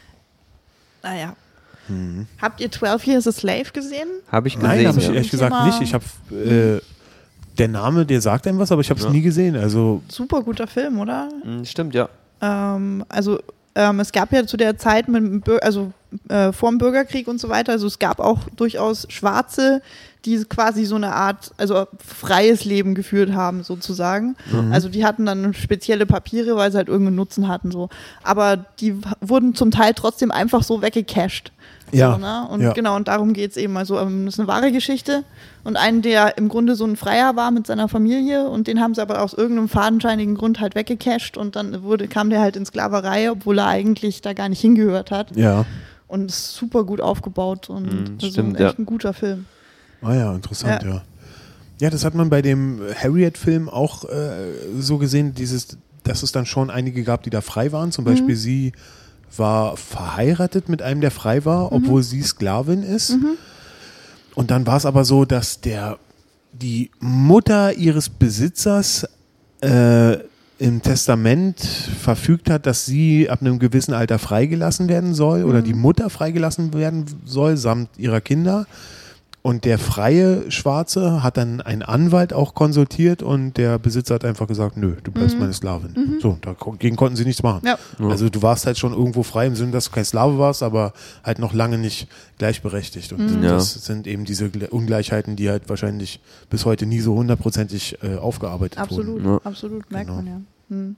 Naja. Mhm. Habt ihr zwölf Years a Slave gesehen? Habe ich gesehen. Nein, habe ich ja. ehrlich gesagt Thema- nicht. Ich habe äh, der Name, der sagt einem was, aber ich habe es Ja. nie gesehen. Also Super guter Film, oder? Hm, Stimmt, ja. Ähm, also ähm, es gab ja zu der Zeit, mit dem Bür- also äh, vor dem Bürgerkrieg und so weiter, also es gab auch durchaus Schwarze, die quasi so eine Art, also freies Leben geführt haben sozusagen. Mhm. Also die hatten dann spezielle Papiere, weil sie halt irgendeinen Nutzen hatten so. Aber die w- wurden zum Teil trotzdem einfach so weggecasht. Ja, So, ne? Und ja. genau, und darum geht es eben. Also ähm, das ist eine wahre Geschichte. Und einen, der im Grunde so ein Freier war mit seiner Familie und den haben sie aber aus irgendeinem fadenscheinigen Grund halt weggecasht und dann wurde, kam der halt in Sklaverei, obwohl er eigentlich da gar nicht hingehört hat. ja. Und ist super gut aufgebaut und Mhm, also stimmt, echt ja. ein guter Film. Ah ja, interessant, Ja. ja. Ja, das hat man bei dem Harriet-Film auch äh, so gesehen, dieses, dass es dann schon einige gab, die da frei waren. Zum Beispiel sie war verheiratet mit einem, der frei war, obwohl sie Sklavin ist. Und dann war es aber so, dass der die Mutter ihres Besitzers äh, im Testament verfügt hat, dass sie ab einem gewissen Alter freigelassen werden soll oder die Mutter freigelassen werden soll, samt ihrer Kinder. Und der freie Schwarze hat dann einen Anwalt auch konsultiert und der Besitzer hat einfach gesagt, nö, du bleibst meine Sklavin. So, dagegen konnten sie nichts machen. Ja. Also du warst halt schon irgendwo frei im Sinne, dass du kein Sklave warst, aber halt noch lange nicht gleichberechtigt. Und Ja. das sind eben diese Gle- Ungleichheiten, die halt wahrscheinlich bis heute nie so hundertprozentig äh, aufgearbeitet Absolut, wurden. Ja. absolut, merkt Genau. man ja. Hm.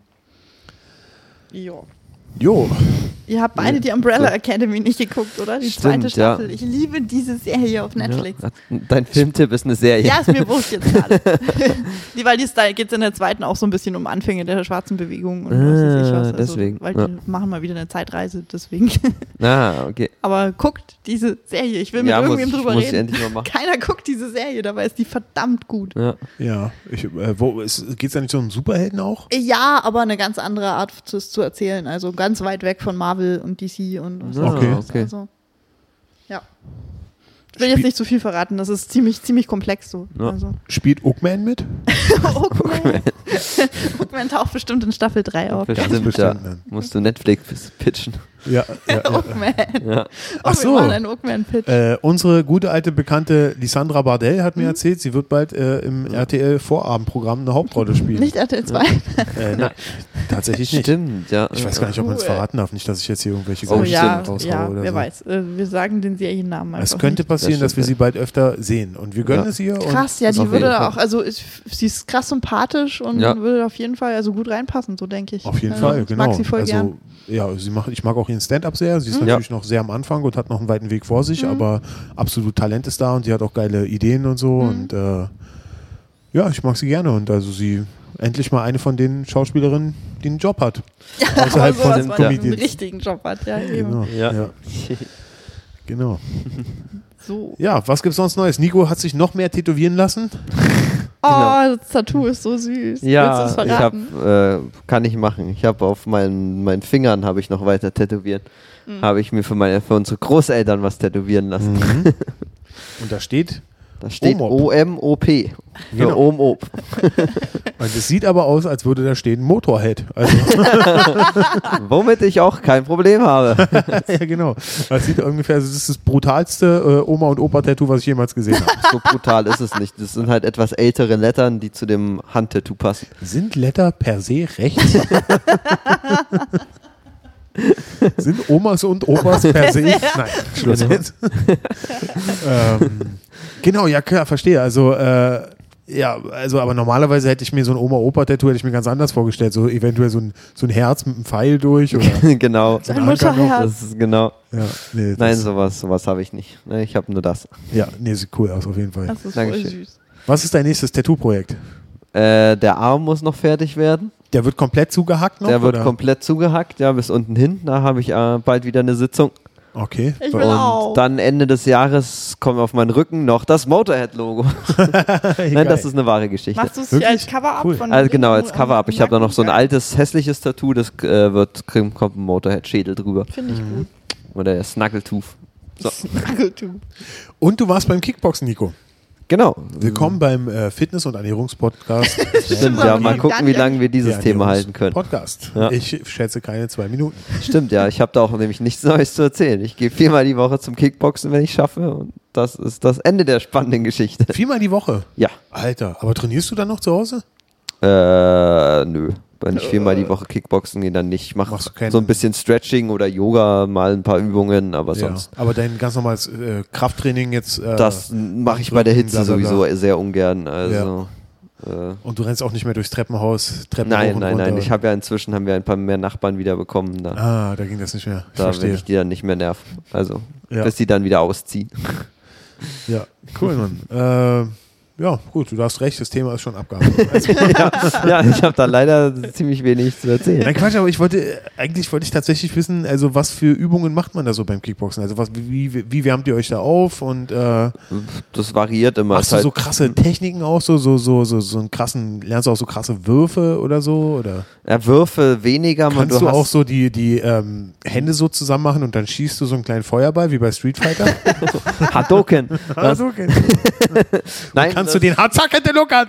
Jo. Jo, Ihr habt beide die Umbrella Academy nicht geguckt, oder? Die Stimmt, zweite Staffel. ja. Ich liebe diese Serie auf Netflix. Ja. Dein Filmtipp ist eine Serie. Ja, ist mir wurscht jetzt gerade. die, weil die geht es in der zweiten auch so ein bisschen um Anfänge der schwarzen Bewegung und was weiß ich was. Ah, Also, deswegen, Weil ja. die machen mal wieder eine Zeitreise, deswegen. Ah, okay. Aber guckt diese Serie. Ich will mit Ja, muss, irgendwem drüber muss ich reden. endlich mal machen. Keiner guckt diese Serie, dabei ist die verdammt gut. Ja. ja. Ich, äh, wo, geht es da nicht so um Superhelden auch? Ja, aber eine ganz andere Art das zu erzählen. Also ganz weit weg von Marvel und D C und was Ah, Okay. das ist. okay. Also, ja. Ich will jetzt nicht zu viel verraten, das ist ziemlich, ziemlich komplex so. Ja. Also. Spielt Oakman mit? Oakman. Oakman taucht bestimmt in Staffel drei auf. Bestimmt, ja. bestimmt, ne? Musst du Netflix pitchen. Ja, ja, ja. Oakman. Ja. Oh, Ach so. wir machen einen Oakman-Pitch. Äh, unsere gute alte Bekannte Lisandra Bardell hat mir erzählt, sie wird bald äh, im R T L-Vorabendprogramm eine Hauptrolle spielen. Nicht R T L zwei. Äh, nein, tatsächlich nicht. Stimmt, ja. Ich weiß gar nicht, ob man es Cool. verraten darf. Nicht, dass ich jetzt hier irgendwelche Oh, Oh, Gerüchte ja, stimmt. raushaue ja, oder wer so. weiß. Äh, Wir sagen den Seriennamen einfach Es könnte nicht. passieren, Das dass wir stimmt, sie bald öfter sehen. Und wir gönnen Ja. es ihr. Und Krass, ja, das die auf jeden würde Fall. auch, also ist, sie ist krass sympathisch und Ja. würde auf jeden Fall also gut reinpassen, so denke ich. Auf jeden also, Fall, ich genau. mag sie voll also, gern. ja, sie macht, ich mag auch ihren Stand-up sehr. Sie ist Mhm. natürlich noch sehr am Anfang und hat noch einen weiten Weg vor Mhm. sich, aber absolut Talent ist da und sie hat auch geile Ideen und so. Mhm. Und äh, ja, ich mag sie gerne. Und also sie endlich mal eine von den Schauspielerinnen, die einen Job hat. Außerhalb Aber von sowas den man einen Comedians. richtigen Job hat, ja. Eben. Genau. Ja. Ja. Genau. So. Ja, was gibt's sonst Neues? Nico hat sich noch mehr tätowieren lassen. Oh, das Tattoo ist so süß. Ja, Willst du es ich verraten? habe, äh, kann ich machen. Ich habe auf meinen, meinen Fingern habe ich noch weiter tätowiert. Mhm. Habe ich mir für meine, für unsere Großeltern was tätowieren lassen. Mhm. Und da steht, Da steht Omop. O M O P. Für Genau. Omop. und es sieht aber aus, als würde da stehen Motorhead. Also, Womit ich auch kein Problem habe. ja, genau. Das sieht ungefähr, das ist das brutalste äh, Oma- und Opa-Tattoo, was ich jemals gesehen habe. So brutal ist es nicht. Das sind halt etwas ältere Lettern, die zu dem Handtattoo passen. Sind Letter per se rechts? Sind Omas und Opas per se? Nein, Schluss jetzt. ähm, genau, ja, klar, verstehe. Also, äh, ja, also, aber normalerweise hätte ich mir so ein Oma-Opa-Tattoo hätte ich mir ganz anders vorgestellt. So eventuell so ein, so ein Herz mit einem Pfeil durch oder. Genau. So Ein ein Anker noch. Mutterherz. Das ist genau. Ja, nee, das, Nein, sowas, sowas habe ich nicht. Ne, ich habe nur das. Ja, nee, sieht cool aus, auf jeden Fall. Das ist voll Dankeschön. süß. Was ist dein nächstes Tattoo-Projekt? Äh, der Arm muss noch fertig werden. Der wird komplett zugehackt noch? Der wird oder? komplett zugehackt, ja, bis unten hin. Da habe ich äh, bald wieder eine Sitzung. Okay. Ich will Und auch. dann Ende des Jahres kommt auf meinen Rücken noch das Motorhead-Logo. Nein, das ist eine wahre Geschichte. Machst du es Wirklich? hier als Cover-Up? Cool. von Also genau, als am- Cover-Up. Ich habe da noch so ein Nacken? altes, hässliches Tattoo, das äh, wird, kommt ein Motorhead-Schädel drüber. Finde ich gut. Oder Snuggletooth. So. Snuggletooth. Und du warst beim Kickboxen, Nico. Genau. Willkommen beim äh, Fitness- und Ernährungspodcast. Stimmt, ja. Mal gucken, wie lange wir dieses Der Thema halten können. Podcast. Ja. Ich schätze keine zwei Minuten. Stimmt, ja. Ich habe da auch nämlich nichts Neues zu erzählen. Ich gehe viermal die Woche zum Kickboxen, wenn ich schaffe. Und das ist das Ende der spannenden Geschichte. Viermal die Woche? Ja. Alter, aber trainierst du dann noch zu Hause? Äh, nö. Wenn ich viermal die Woche Kickboxen gehe, dann nicht. Ich mache Machst du keinen- so ein bisschen Stretching oder Yoga, mal ein paar Übungen, aber sonst. Ja. Aber dein ganz normales äh, Krafttraining jetzt. Äh, Das mache ich bei der Hitze bla, bla, bla. sowieso sehr ungern. Also, äh, Und du rennst auch nicht mehr durchs Treppenhaus, Treppen hoch nein, und nein, runter. nein. Ich habe ja inzwischen haben wir ein paar mehr Nachbarn wieder bekommen. Da, Ah, da ging das nicht mehr. Ich da will verstehe. ich die dann nicht mehr nerven. Also, Ja. bis die dann wieder ausziehen. Ja, cool, Mann. äh, ja, gut, du hast recht, das Thema ist schon abgehandelt. Also, ja, ja, ich habe da leider ziemlich wenig zu erzählen. nein, Quatsch, aber ich wollte, eigentlich wollte ich tatsächlich wissen, also was für Übungen macht man da so beim Kickboxen? Also was, wie, wie, wie wärmt ihr euch da auf und äh, Das variiert immer. machst Ist du halt, so krasse Techniken auch, so, so, so, so, so einen krassen, lernst du auch so krasse Würfe oder so? Oder ja, Würfe weniger. Man, kannst du, hast, auch so die, die ähm, Hände so zusammen machen und dann schießt du so einen kleinen Feuerball wie bei Street Fighter? Hadouken. Was? Also, okay. Nein, Kannst das- du den Hatzakete lockern?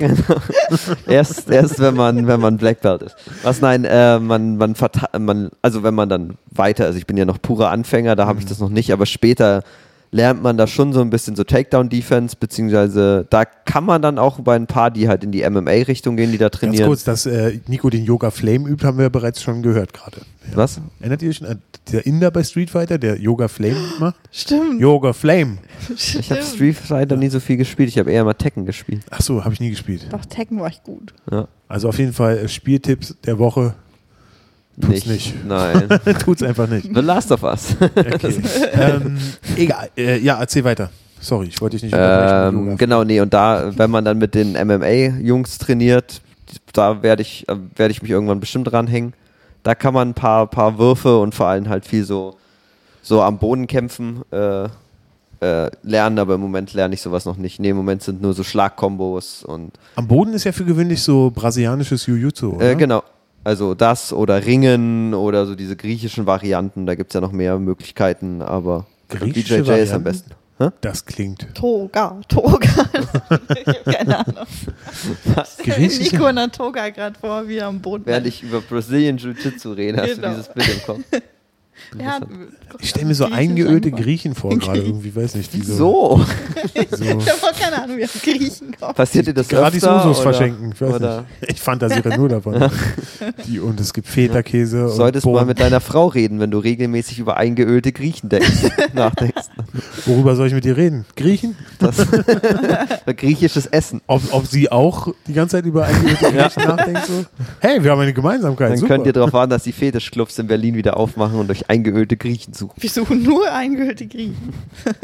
erst, erst wenn man, wenn man Black Belt ist. Was nein, äh, man, man, verta- man, also wenn man dann weiter, also ich bin ja noch purer Anfänger, da habe ich das noch nicht, aber später lernt man da schon so ein bisschen so Takedown-Defense, beziehungsweise da kann man dann auch bei ein paar, die halt in die M M A-Richtung gehen, die da Ganz trainieren. kurz, dass äh, Nico den Yoga Flame übt, haben wir bereits schon gehört gerade. Ja. Was? Erinnert ihr euch an der Inder bei Street Fighter, der Yoga Flame macht? Stimmt. Yoga Flame. Ich habe Street Fighter nie so viel gespielt, ich habe eher mal Tekken gespielt. Ach so, habe ich nie gespielt. Doch, Tekken war ich gut. Ja, Also auf jeden Fall äh, Spieltipps der Woche. Tut's nicht. Nein. Tut's einfach nicht. The Last of Us. Okay. ähm, egal. Äh, ja, erzähl weiter. Sorry, ich wollte dich nicht unterbrechen. Ähm, Yoga. genau, nee, und da, wenn man dann mit den M M A-Jungs trainiert, da werde ich, äh, werde ich mich irgendwann bestimmt ranhängen. Da kann man ein paar, paar Würfe und vor allem halt viel so, so am Boden kämpfen äh, äh, lernen, aber im Moment lerne ich sowas noch nicht. Nee, im Moment sind nur so Schlagkombos und Am Boden ist ja für gewöhnlich so brasilianisches Jiu-Jitsu, oder? äh, genau. Also das oder Ringen oder so diese griechischen Varianten, da gibt es ja noch mehr Möglichkeiten, aber Griechische B J J ist am Varianten? besten. Hä? Das klingt. Toga, Toga. Ich hab keine Ahnung. Griechische? Nico in der Toga gerade vor, wie er am Boden Während ich über Brazilian Jiu-Jitsu rede, hast Genau. du dieses Bild im Kopf. Ja, Ich stelle mir so Griechisch eingeölte einfach. Griechen vor, gerade irgendwie, weiß nicht. Die so, So, so Ich habe auch keine Ahnung, wie auf Griechen kommt. passiert dir das gratis öfter? Usos oder, verschenken. Ich, weiß oder nicht. Ich fantasiere nur davon. Die, und es gibt Feta-Käse. und solltest Bohnen. mal mit deiner Frau reden, wenn du regelmäßig über eingeölte Griechen denkst, nachdenkst. Worüber soll ich mit dir reden? Griechen? Das griechisches Essen. Ob, ob sie auch die ganze Zeit über eingeölte Griechen nachdenkt? So? Hey, wir haben eine Gemeinsamkeit. Dann Super. könnt ihr darauf warten, dass die Fetischclubs in Berlin wieder aufmachen und euch eingeölte Griechen suchen. Wir suchen nur eingehüllte Griechen.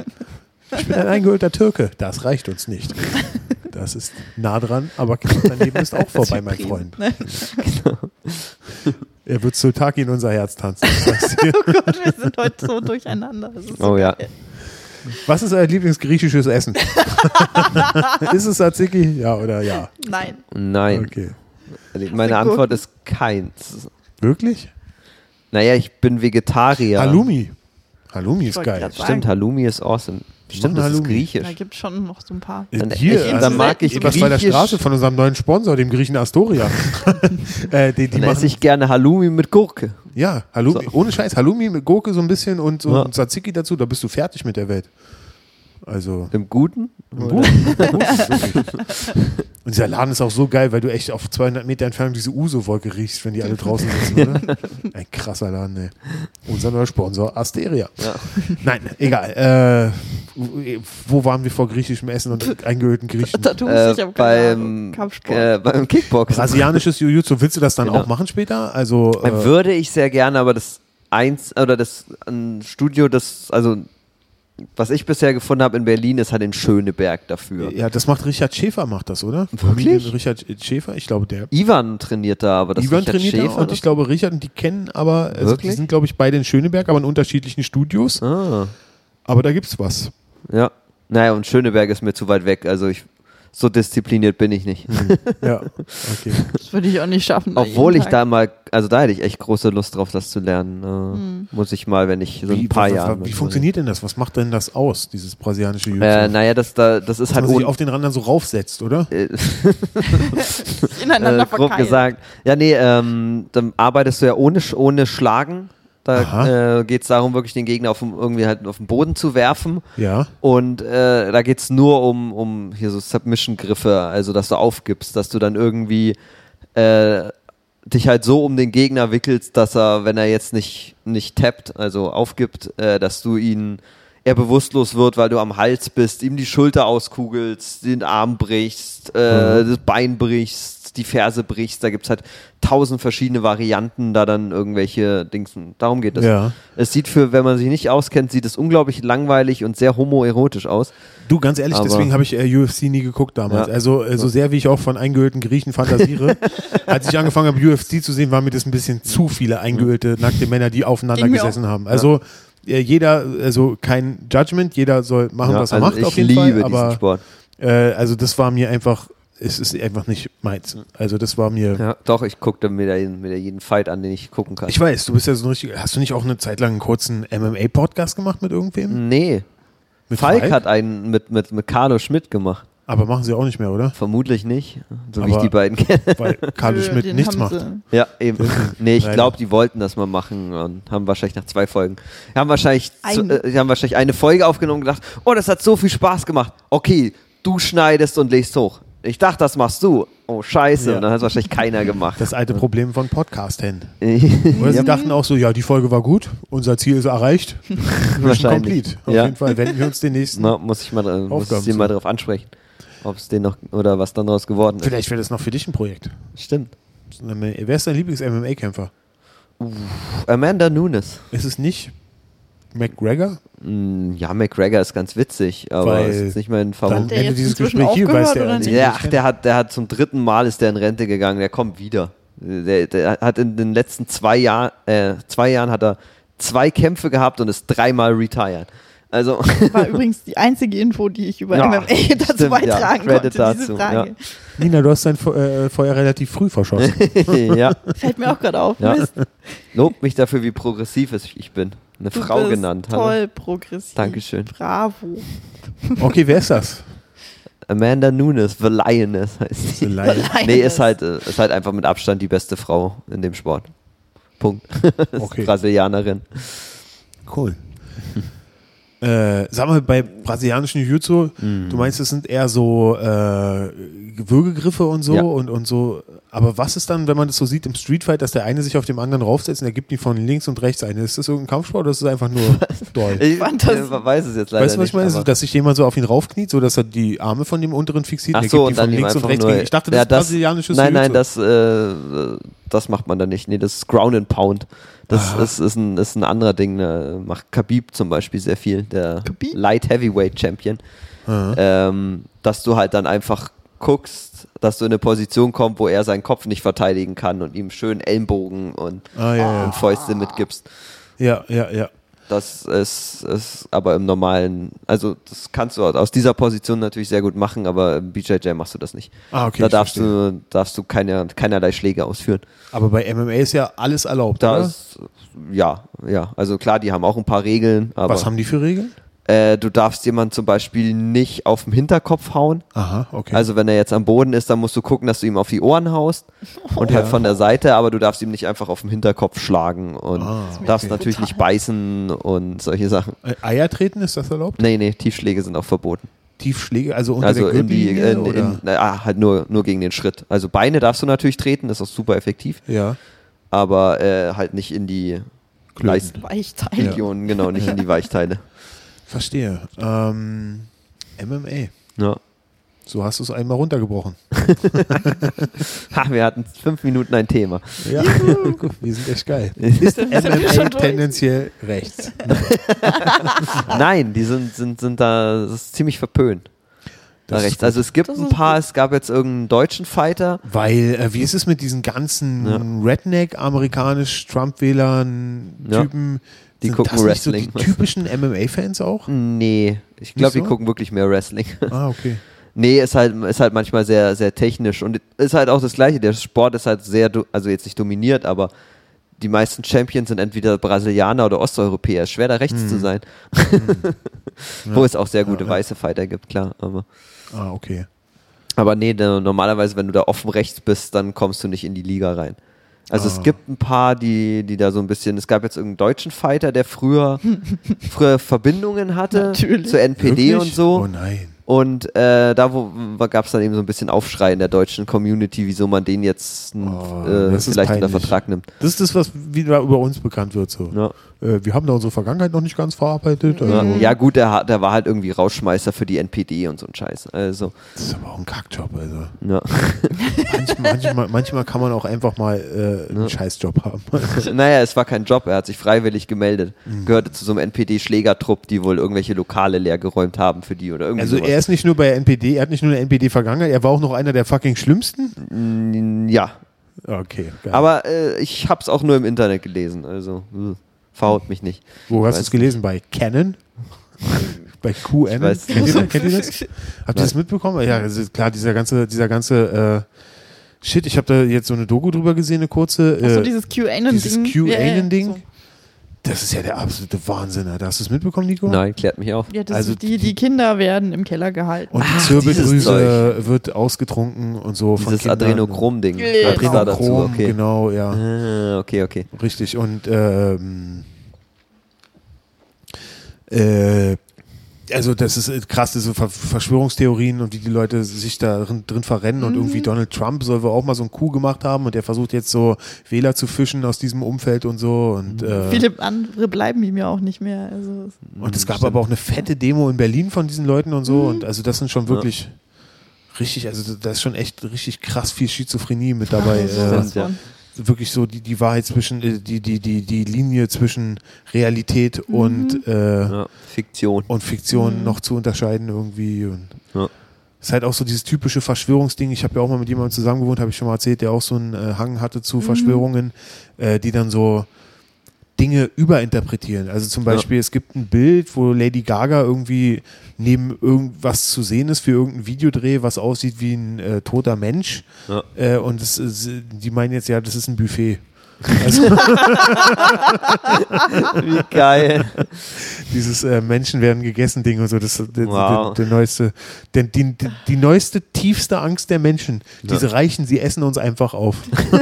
Ich bin ein eingeölter Türke. Das reicht uns nicht. Das ist nah dran, aber knapp daneben ist auch vorbei, mein Freund. Ne? Er wird Sultaki in unser Herz tanzen. Das heißt, Oh Gott, wir sind heute so durcheinander. Das ist so Oh ja. geil. was ist euer Lieblingsgriechisches Essen? Ist es Tzatziki? Ja oder ja? Nein. Nein. Okay. Meine Gurken. Antwort ist keins. Wirklich? Naja, ich bin Vegetarier. Halloumi. Halloumi ist Ich wollte geil. grad Stimmt, Halloumi ist awesome. Stimmt, das ist Halloumi. griechisch. Da gibt es schon noch so ein paar. Dann Hier, echt, also, dann mag ich was bei der griechisch. Straße von unserem neuen Sponsor, dem Griechen Astoria. äh, die, die Dann machen, esse ich gerne Halloumi mit Gurke. ja, Halloumi, So. ohne Scheiß, Halloumi mit Gurke so ein bisschen und so Ja. ein Tzatziki dazu, da bist du fertig mit der Welt. Also, Im Guten? gut, gut, wirklich. Und dieser Laden ist auch so geil, weil du echt auf zweihundert Meter Entfernung diese Uso-Wolke riechst, wenn die alle draußen sitzen, oder? Ein krasser Laden, ey. Unser neuer Sponsor, Asteria. Ja. Nein, egal. Äh, wo waren wir vor griechischem Essen und eingeölten Griechen? Tattoos, Äh, ich habe keine beim, Ahnung. Kampfsport. äh, beim Kickboxen. Brasilianisches Jiu-Jitsu, willst du das dann Genau. auch machen später? Also, äh, Würde ich sehr gerne, aber das eins oder das ein Studio, das also was ich bisher gefunden habe in Berlin, ist halt in Schöneberg dafür. ja, das macht Richard Schäfer, macht das, oder? Wirklich? Familie Richard Schäfer, ich glaube, der. Ivan trainiert da, aber das Ivan Richard trainiert da Schäfer, und ich glaube, Richard und die kennen aber, also die Wirklich? sind, glaube ich, beide in Schöneberg, aber in unterschiedlichen Studios. Ah, Aber da gibt's was. ja. Naja, und Schöneberg ist mir zu weit weg. Also ich so diszipliniert bin ich nicht. Ja, okay. Das würde ich auch nicht schaffen. Obwohl jeden ich Tag. da mal, also da hätte ich echt große Lust drauf, das zu lernen. Äh, Hm. Muss ich mal, wenn ich so Wie, ein paar wa- wa- Jahre. wie funktioniert denn das? Was macht denn das aus, dieses brasilianische Jiu-Jitsu? Äh, naja, das, da, das ist Dass halt man sich ohne, auf den Rand dann so raufsetzt, oder? äh, Ineinander äh, grob verkeilt. gesagt. Ja, nee, ähm, dann arbeitest du ja ohne, Sch- ohne Schlagen. Aha. Da äh, geht es darum, wirklich den Gegner auf dem, irgendwie halt auf den Boden zu werfen. Ja. Und äh, da geht es nur um, um hier so Submission-Griffe, also dass du aufgibst, dass du dann irgendwie äh, dich halt so um den Gegner wickelst, dass er, wenn er jetzt nicht, nicht tappt, also aufgibt, äh, dass du ihn er bewusstlos wird, weil du am Hals bist, ihm die Schulter auskugelst, den Arm brichst, äh, Mhm. das Bein brichst, die Ferse brichst. Da gibt es halt tausend verschiedene Varianten, da dann irgendwelche Dings. Darum geht es. Ja. Es sieht für, wenn man sich nicht auskennt, sieht es unglaublich langweilig und sehr homoerotisch aus. Du, ganz ehrlich, Aber- deswegen habe ich äh, U F C nie geguckt damals. Ja. Also äh, so sehr wie ich auch von eingeölten Griechen fantasiere, als ich angefangen habe, U F C zu sehen, war mir das ein bisschen zu viele eingeölte, nackte Männer, die aufeinander Ging mir gesessen haben. Also äh, jeder, also kein Judgment, jeder soll machen, Ja, was er also macht ich auf jeden liebe Fall. diesen Aber Sport. äh, also das war mir einfach, es ist einfach nicht meins. Also das war mir... Ja, doch, ich gucke mir da jeden, mir da jeden Fight an, den ich gucken kann. Ich weiß, du bist ja so ein richtig... Hast du nicht auch eine Zeit lang einen kurzen M M A-Podcast gemacht mit irgendwem? Nee. Mit Falk Falk? hat einen mit, mit, mit Carlo Schmidt gemacht. Aber machen sie auch nicht mehr, oder? Vermutlich nicht, so wie Aber- ich die beiden kenne. Weil Carlo Nö, Schmidt den nichts haben macht. sie- Ja, eben. Nee, ich Leider. glaube, die wollten das mal machen und haben wahrscheinlich nach zwei Folgen. Haben wahrscheinlich, zu, Ein- äh, die haben wahrscheinlich eine Folge aufgenommen und gedacht, oh, das hat so viel Spaß gemacht. Okay, du schneidest und legst hoch. Ich dachte, das machst du. Oh, scheiße. Ja. Und dann hat es wahrscheinlich keiner gemacht. Das alte Problem von Podcast-Hen. Oder sie ja, dachten auch so, ja, die Folge war gut, unser Ziel ist erreicht. Mission Wahrscheinlich. complete. Auf Ja. jeden Fall wenden wir uns den nächsten. Na, muss ich mal, äh, muss Aufgaben ich den zu. mal drauf ansprechen. Ob es den noch, oder was dann daraus geworden ist. Vielleicht wäre das noch für dich ein Projekt. Stimmt. Wer ist dein Lieblings-M M A-Kämpfer? Amanda Nunes. Ist es nicht McGregor? Mm, Ja, McGregor ist ganz witzig, aber Weil ist jetzt nicht mein Dann Favorit. der Ende jetzt dieses inzwischen Gespräch hier, aufgehört, weiß der oder nicht. nicht? Ja, ach, der hat, der hat zum dritten Mal ist der in Rente gegangen, der kommt wieder. Der, der hat in den letzten zwei Jahren, äh, zwei Jahren hat er zwei Kämpfe gehabt und ist dreimal retired. Also, War übrigens die einzige Info, die ich über Ja, M M A dazu stimmt, ja. beitragen Credit konnte, dazu, diese Frage. Nina, du hast dein Fe- äh, Feuer relativ früh verschossen. ja, Fällt mir auch gerade auf. ja. Mist. Lob mich dafür, wie progressiv ich bin. Eine Du Frau bist genannt. Hallo. Toll, progressiv. Dankeschön. Bravo. Okay, wer ist das? Amanda Nunes, The Lioness heißt sie. Leider. Nee, ist halt, äh, ist halt einfach mit Abstand die beste Frau in dem Sport. Punkt. Ist Okay. Brasilianerin. Cool. Äh, sag mal, bei brasilianischen Jiu-Jitsu, Mhm. du meinst, es sind eher so äh, Würgegriffe und so Ja. und, und so. Aber was ist dann, wenn man das so sieht im Streetfight, dass der eine sich auf dem anderen raufsetzt und er gibt ihn von links und rechts ein? Ist das irgendein Kampfsport oder ist das einfach nur doll? Ich Fantasie. äh, weiß es jetzt leider Weißt du, was ich nicht. meine? So, aber- dass sich jemand so auf ihn raufkniet, so dass er die Arme von dem unteren fixiert Ach und er so, gibt und die dann von ihm links und einfach rechts nur, gegen. Ich dachte, das ja, ist brasilianisches Nein, nein, Jiu-Jitsu. das, äh, das macht man da nicht. Nee, das ist Ground and Pound. Das Aha. ist, ist, ein, ist ein anderer Ding. Ne? Macht Khabib zum Beispiel sehr viel, der Khabib? Light Heavyweight Champion. Aha. Ähm, dass du halt dann einfach guckst, dass du in eine Position kommst, wo er seinen Kopf nicht verteidigen kann und ihm schön Ellenbogen und, Ah, ja, und Fäuste mitgibst. ja. Ja, ja, ja. Das ist, ist aber im normalen, also das kannst du aus dieser Position natürlich sehr gut machen, aber im B J J machst du das nicht. Ah, okay. da ich darfst verstehe. du, darfst du keine, keinerlei Schläge ausführen. Aber bei M M A ist ja alles erlaubt, Da oder? ist, ja, ja, also klar, die haben auch ein paar Regeln, aber Was haben die für Regeln? äh, du darfst jemanden zum Beispiel nicht auf den Hinterkopf hauen. Aha, okay. Also wenn er jetzt am Boden ist, dann musst du gucken, dass du ihm auf die Ohren haust und halt Ja. von der Seite, aber du darfst ihm nicht einfach auf den Hinterkopf schlagen und Ah, darfst okay. natürlich Brutal. nicht beißen und solche Sachen. Äh, Eier treten, ist das erlaubt? Nee, nee, Tiefschläge sind auch verboten. Tiefschläge, also unter Also der in die, Gürtellinie, in, oder? in, ah, halt nur, nur gegen den Schritt. Also Beine darfst du natürlich treten, das ist auch super effektiv, Ja. aber äh, halt nicht in die Klöten. Weichteil. Regionen, genau, nicht in die Weichteile. Verstehe. Ähm, M M A. Ja. So hast du es einmal runtergebrochen. Ha, wir hatten fünf Minuten ein Thema. Ja, guck, wir sind echt geil. Ist M M A schon durch. tendenziell rechts? Nein, die sind, sind, sind da, das ist ziemlich verpönt. Da Das ist rechts. gut. Also es gibt Das ein ist paar, es gab jetzt irgendeinen deutschen Fighter. Weil, äh, wie ist es mit diesen ganzen Ja. Redneck-amerikanisch Trump-Wählern, Ja. Typen? Die Sind gucken das nicht Wrestling. so die typischen M M A-Fans auch? Nee, ich glaube, die so? gucken wirklich mehr Wrestling. Ah, okay. Nee, ist halt, ist halt manchmal sehr, sehr technisch und ist halt auch das Gleiche. Der Sport ist halt sehr, do- also jetzt nicht dominiert, aber die meisten Champions sind entweder Brasilianer oder Osteuropäer. Ist schwer, da rechts Hm. zu sein. Hm. Wo Ja. es auch sehr gute Ja, ja. weiße Fighter gibt, klar. Aber, Ah, okay. aber nee, da, normalerweise, wenn du da offen rechts bist, dann kommst du nicht in die Liga rein. Also Ah. es gibt ein paar, die, die da so ein bisschen, es gab jetzt irgendeinen deutschen Fighter, der früher, früher Verbindungen hatte Natürlich. zu N P D Wirklich? und so. Oh nein. Und äh, da gab es dann eben so ein bisschen Aufschrei in der deutschen Community, wieso man den jetzt n- Oh, äh, das ist vielleicht unter peinlich. Vertrag nimmt. Das ist das, was wieder über uns bekannt wird. So. Ja. Äh, wir haben da unsere Vergangenheit noch nicht ganz verarbeitet. Also, Ja, ja gut, der, hat- der war halt irgendwie Rausschmeißer für die N P D und so ein Scheiß. Also, Das ist aber auch ein Kackjob. Also. ja. Manchmal, manchmal, manchmal kann man auch einfach mal äh, einen Ja. Scheißjob haben. Also, Naja, es war kein Job, er hat sich freiwillig gemeldet. Mhm. Gehörte zu so einem N P D-Schlägertrupp, die wohl irgendwelche Lokale leergeräumt haben für die oder irgendwie also sowas. er ist nicht nur bei N P D, er hat nicht nur eine N P D-Vergangenheit, er war auch noch einer der fucking Schlimmsten. Mm, Ja, Okay, geil. aber äh, ich hab's auch nur im Internet gelesen, also äh, verhaut mich nicht. Wo hast du weiß es gelesen? Bei Canon? Bei Q N? weiß Kennt ihr, nicht. kennt ihr das? Habt ihr das mitbekommen? Ja, das ist klar, dieser ganze, dieser ganze äh, Shit, ich habe da jetzt so eine Doku drüber gesehen, eine kurze. Äh, Achso, dieses QAnon-Ding. dieses QAnon-Ding. Ja, ja, Das ist ja der absolute Wahnsinn, Alter. Hast du es mitbekommen, Nico? Nein, klärt mich auf. so. Ja, das Also die, die Kinder werden im Keller gehalten. Und die Ach, Zirbeldrüse dieses wird ausgetrunken und so von Dieses Kindern. Adrenochrom-Ding. Ja, gab's da dazu, Adrenochrom, okay. genau, ja. Ah, okay, okay. Richtig. Und ähm, äh, also das ist äh, krass, diese Ver Verschwörungstheorien und wie die Leute sich da drin, drin verrennen und Mhm. irgendwie Donald Trump soll wohl auch mal so einen Coup gemacht haben und der versucht jetzt so Wähler zu fischen aus diesem Umfeld und so und äh, Viele andere bleiben ihm ja auch nicht mehr. Also, und es gab Stimmt. aber auch eine fette Demo in Berlin von diesen Leuten und so Mhm. und also das sind schon wirklich richtig, also da ist schon echt richtig krass viel Schizophrenie mit dabei. also äh, sowas ja. von. wirklich so die, die Wahrheit zwischen, äh, die, die, die, die Linie zwischen Realität Mhm. und, äh, Ja, Fiktion. und Fiktion Mhm. noch zu unterscheiden irgendwie. Und Ja. ist halt auch so dieses typische Verschwörungsding. Ich habe ja auch mal mit jemandem zusammen gewohnt, habe ich schon mal erzählt, der auch so einen äh, Hang hatte zu Mhm. Verschwörungen, äh, die dann so Dinge überinterpretieren. Also zum Beispiel, es gibt ein Bild, wo Lady Gaga irgendwie neben irgendwas zu sehen ist für irgendein Videodreh, was aussieht wie ein äh, toter Mensch. Ja. Äh, und es, ist- die meinen jetzt, ja, das ist ein Buffet. Also Wie geil. dieses äh, Menschen werden gegessen Ding und so, das ist der, Wow. der, der neueste, der, die, die, die neueste, tiefste Angst der Menschen. Diese Reichen, sie essen uns einfach auf.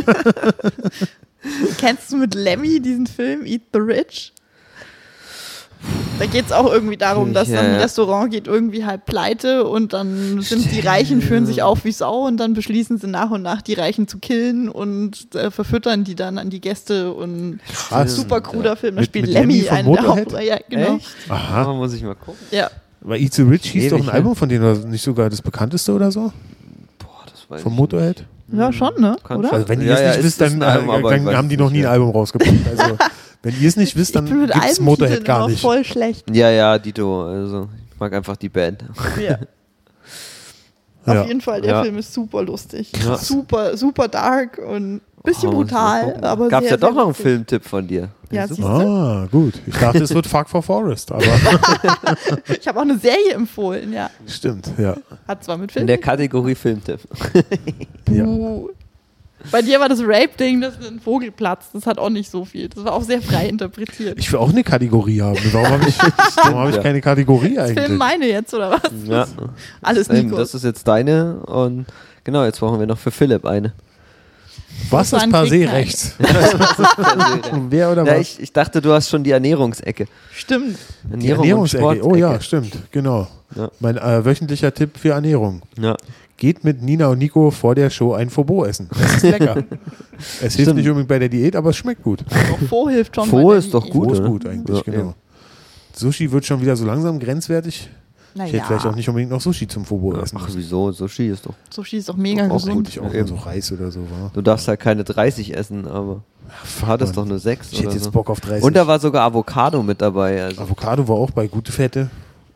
Kennst du mit Lemmy diesen Film Eat the Rich? Da geht es auch irgendwie darum, dass Ja, dann ein ja. Restaurant geht irgendwie halb pleite und dann sind die Reichen, führen sich auf wie Sau und dann beschließen sie nach und nach die Reichen zu killen und äh, verfüttern die dann an die Gäste und Krass. super cruder Film. Da Mit- spielt mit Lemmy Lemmy von einen der Motorhead? Hauptrolle. Ja, genau. Echt? Aha. Da muss ich mal gucken. Ja. Weil Eat the Rich hieß Ewig, doch ein ja. Album von denen, oder nicht sogar das bekannteste oder so? Boah, das weiß Vom ich Motorhead? Ja, schon, ne? Kann Oder? schon. Also wenn ihr Ja, es ja, nicht ist- wisst, ist dann, ein Album, äh, aber ich dann weiß haben die es noch nicht nie ein mehr. Album rausgebracht. Also wenn ihr es nicht wisst, Ich dann bin mit gibt es Motorhead Albentiteln gar immer nicht. voll schlecht. Ja, ja, Dito. Also, ich mag einfach die Band. Ja. Ja. Auf jeden Fall, der Ja. Film ist super lustig. Ja. Super, super dark und ein bisschen Oh, muss ich mal brutal, gucken. aber Gab's sehr, ja doch sehr noch einen lustig. Filmtipp von dir. Ja, super. siehst Ah, gut. Ich dachte, es wird Fuck for Forest, aber Ich habe auch eine Serie empfohlen, ja. stimmt, ja. Hat zwar mit In Film. der Kategorie Filmtipp. ja. Uh. Bei dir war das Rape-Ding, das ist ein Vogelplatz. Das hat auch nicht so viel. Das war auch sehr frei interpretiert. Ich will auch eine Kategorie haben. Warum habe ich, warum hab ich Ja. keine Kategorie Das Film eigentlich? meine jetzt, oder was? Ja. Alles Ähm, Nico. Das ist jetzt deine und genau, jetzt brauchen wir noch für Philipp eine. Was Das ist war ein per se Klickteil. rechts? Wer oder Ja, was? ich, ich dachte, du hast schon die Ernährungsecke. Stimmt. Die Ernährung und Ernährungsecke. Oh Sportecke. ja, stimmt, genau. Ja. Mein äh, wöchentlicher Tipp für Ernährung. Ja. Geht mit Nina und Nico vor der Show ein Fauxpas essen. Das ist lecker. es hilft Stimmt. nicht unbedingt bei der Diät, aber es schmeckt gut. Auch Faux hilft schon. Faux bei der ist doch Diät. Gut, Faux ist oder? gut eigentlich, Ja, genau. Sushi wird schon wieder so langsam grenzwertig. Ich hätte Naja, vielleicht auch nicht unbedingt noch Sushi zum Fauxpas essen Ach, müssen. wieso? Sushi ist doch. Sushi ist auch mega Auch gesund. Gut, ich auch Eben. so Reis oder so war. Du darfst halt keine dreißig essen, aber du hattest Mann. doch nur sechs Ich hätte oder jetzt so. Bock auf dreißig. Und da war sogar Avocado mit dabei. Also. Avocado war auch bei gute Fette.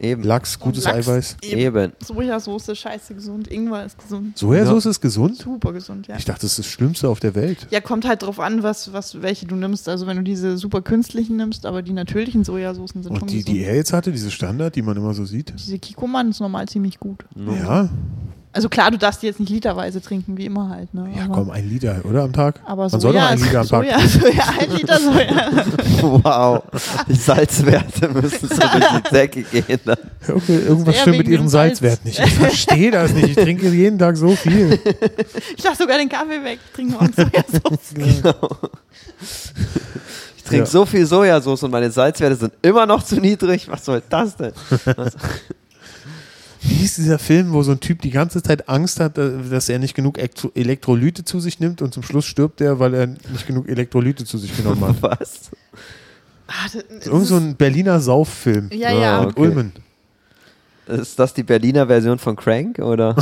Eben. Lachs, gutes Lachs. Eiweiß. Eben. Sojasauce ist scheiße gesund. Ingwer ist gesund. Sojasauce ist gesund? Super gesund, ja. Ich dachte, das ist das Schlimmste auf der Welt. Ja, kommt halt drauf an, was, was, welche du nimmst. Also wenn du diese super künstlichen nimmst, aber die natürlichen Sojasoßen sind schon Und die, gesund. die er jetzt hatte, diese Standard, die man immer so sieht. Diese Kikkoman ist normal ziemlich gut. Ja, Also klar, du darfst die jetzt nicht literweise trinken, wie immer halt. Ne? ja aber, komm, ein Liter, oder am Tag? aber Man Soja soll doch ein ist- Liter am Tag. Soja, Soja, ein Liter Soja. Wow. Die Salzwerte müssen so durch die Decke gehen. Dann. Okay, irgendwas Sehr stimmt mit wegen ihrem dem Salz. Salzwert nicht. Ich verstehe das nicht. Ich trinke jeden Tag so viel. Ich lasse sogar den Kaffee weg, ich trinke morgens Sojasauce. Ich trinke Ja. so viel Sojasauce und meine Salzwerte sind immer noch zu niedrig. Was soll das denn? Wie hieß dieser Film, wo so ein Typ die ganze Zeit Angst hat, dass er nicht genug Elektro- Elektrolyte zu sich nimmt und zum Schluss stirbt er, weil er nicht genug Elektrolyte zu sich genommen hat. Was? Ah, das, das Irgend so ein Berliner Sauffilm. ja, ja. Ah, Mit okay. Ulmen. Ist das die Berliner Version von Crank? Oder?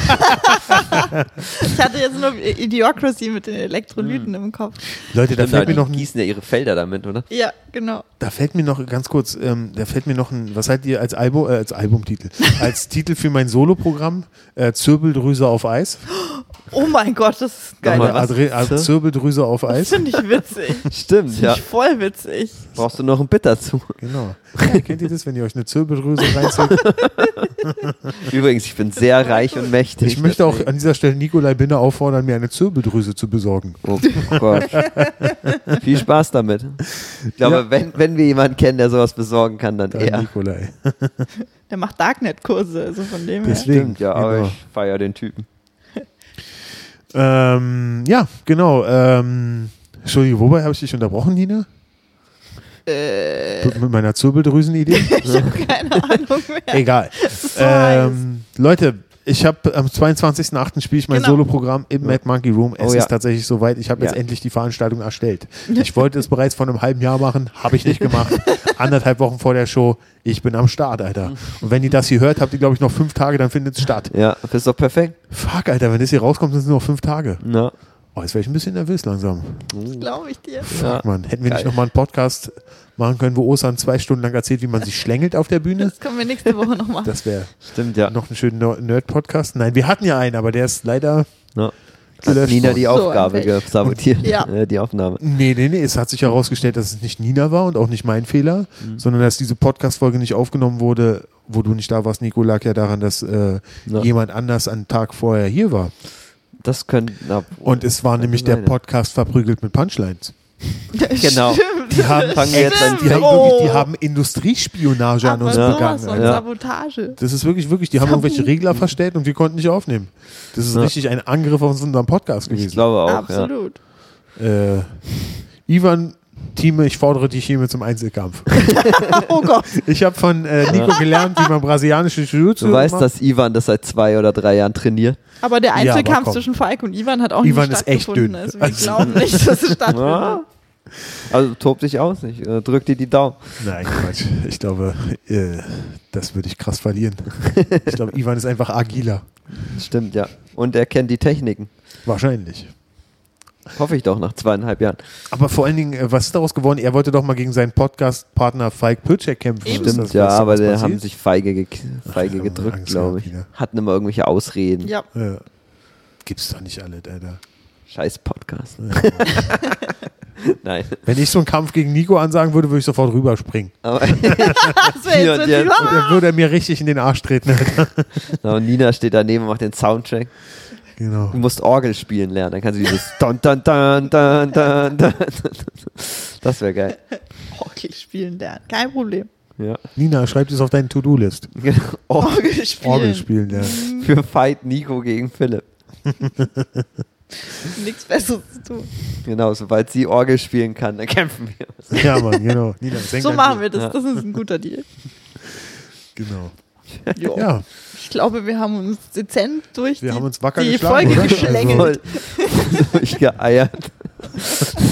Ich hatte jetzt nur Idiocracy mit den Elektrolyten im Kopf. Leute, da fällt mir die noch ein, gießen ja ihre Felder damit, oder? Ja, genau. da fällt mir noch ganz kurz, ähm, da fällt mir noch ein, was seid ihr als Album, äh, als Albumtitel, als Titel für mein Soloprogramm, äh, Zirbeldrüse auf Eis. Oh mein Gott, das ist geil. Nochmal Oder was? Adre- Ad- Zirbeldrüse auf Das Eis. finde ich witzig. Stimmt, Das ja. finde ich voll witzig. Brauchst du noch ein Bit dazu? Genau. Ja, kennt ihr das, wenn ihr euch eine Zirbeldrüse reinzieht? Übrigens, ich bin sehr reich und mächtig. Ich möchte auch deswegen- an dieser Stelle Nikolai Binder auffordern, mir eine Zirbeldrüse zu besorgen. Oh Gott. Viel Spaß damit. Ich glaube, Ja. wenn, wenn wir jemanden kennen, der sowas besorgen kann, dann Dein er. Nikolai. Der macht Darknet-Kurse, also von dem her. Deswegen. Stimmt, ja, aber Genau. ich feiere den Typen. Ähm, ja, genau. Ähm, Entschuldigung, wobei habe ich dich unterbrochen, Nina? Äh, Mit meiner Zirbeldrüsen-Idee? ich habe keine Ahnung mehr. Egal. ist so heiß. ähm, Leute, ich habe am zweiundzwanzigsten achten spiele ich mein Genau. Soloprogramm im Mad Monkey Room. Es Oh ja. ist tatsächlich soweit. Ich habe jetzt Ja. endlich die Veranstaltung erstellt. Ich wollte es bereits vor einem halben Jahr machen, habe ich nicht gemacht. Anderthalb Wochen vor der Show. Ich bin am Start, Alter. Und wenn ihr das hier hört, habt ihr, glaube ich, noch fünf Tage, dann findet es statt. Ja, das ist doch perfekt. Fuck, Alter, wenn das hier rauskommt, sind es nur noch fünf Tage. Ja. Oh, jetzt wäre ich ein bisschen nervös langsam. Das glaube ich dir. Fuck, Ja. Mann. Hätten wir nicht Geil. nochmal einen Podcast machen können, wo Osan zwei Stunden lang erzählt, wie man sich schlängelt auf der Bühne? Das können wir nächste Woche noch machen. Das wäre Stimmt, ja. noch ein schöner Nerd-Podcast. Nein, wir hatten ja einen, aber der ist leider ja. gelöscht Nina worden. die So, Aufgabe ein Pech. sabotiert. Ja. Äh, die Aufnahme. Nee, nee, nee. Es hat sich herausgestellt, dass es nicht Nina war und auch nicht mein Fehler, Mhm. sondern dass diese Podcast-Folge nicht aufgenommen wurde, wo du nicht da warst, Nico, lag ja daran, dass äh, Ja. jemand anders einen Tag vorher hier war. Das können. Na, Und es war nämlich der sein. Podcast verprügelt mit Punchlines. Genau. Stimmt. Die haben, Fangen wir jetzt an. die haben, Oh. wirklich, die haben Industriespionage an Aber uns sowas begangen. von Alter. Sabotage. Das ist wirklich, wirklich, die haben Sabu. irgendwelche Regler verstellt und wir konnten nicht aufnehmen. Das ist Ja. richtig ein Angriff auf unseren Podcast Ich gewesen. glaube auch. Ja. Absolut. Äh, Ivan, Thieme, ich fordere dich hiermit zum Einzelkampf. Oh Gott. Ich habe von äh, Nico gelernt, wie man brasilianische Jiu-Jitsu Du weißt, macht. dass Ivan das seit zwei oder drei Jahren trainiert. Aber der Ja, aber Einzelkampf komm. zwischen Falk und Ivan hat auch Ivan nicht ist echt stattgefunden. dünn. Also wir Also- glauben nicht, dass es stattfindet. Ja. Also tob dich aus. Ich äh, drück dir die Daumen. Nein, Quatsch. Ich glaube, äh, das würde ich krass verlieren. Ich glaube, Ivan ist einfach agiler. Stimmt, ja. Und er kennt die Techniken. Wahrscheinlich. Hoffe ich doch nach zweieinhalb Jahren. Aber vor allen Dingen, äh, was ist daraus geworden? Er wollte doch mal gegen seinen Podcast-Partner Falk Pötschek kämpfen. Eben. Ist Stimmt, das- ja, ist da aber was die passiert? haben sich feige, ge feige ja, gedrückt, Angst glaube gehabt ich. wieder. Hatten immer irgendwelche Ausreden. Ja. Ja. Gibt's doch nicht alle, Alter. Scheiß Podcast. Nein. Wenn ich so einen Kampf gegen Nico ansagen würde, würde ich sofort rüberspringen. Aber Das wäre Hier jetzt und wirklich jetzt. wahr. Und dann würde er mir richtig in den Arsch treten. Alter. Na, und Nina steht daneben und macht den Soundtrack. Genau. Du musst Orgel spielen lernen, dann kannst du dieses Dun, Dun, Dun, Dun, Dun, Dun. Das wäre geil. Orgel spielen lernen. Kein Problem. Ja. Nina, schreib das auf deine To-Do-List. Or Orgel spielen. Orgel spielen lernen. für Fight Nico gegen Philipp. Nichts Besseres zu tun. Genau, sobald sie Orgel spielen kann, dann kämpfen wir. Ja, Mann, genau. Nina, senk So dein machen Bier. wir das. Ja. Das ist ein guter Deal. Genau. Jo. Ja, Ich glaube, wir haben uns dezent durch wir die, haben uns wacker die geschlagen, Folge oder? geschlängelt. Voll durchgeeiert.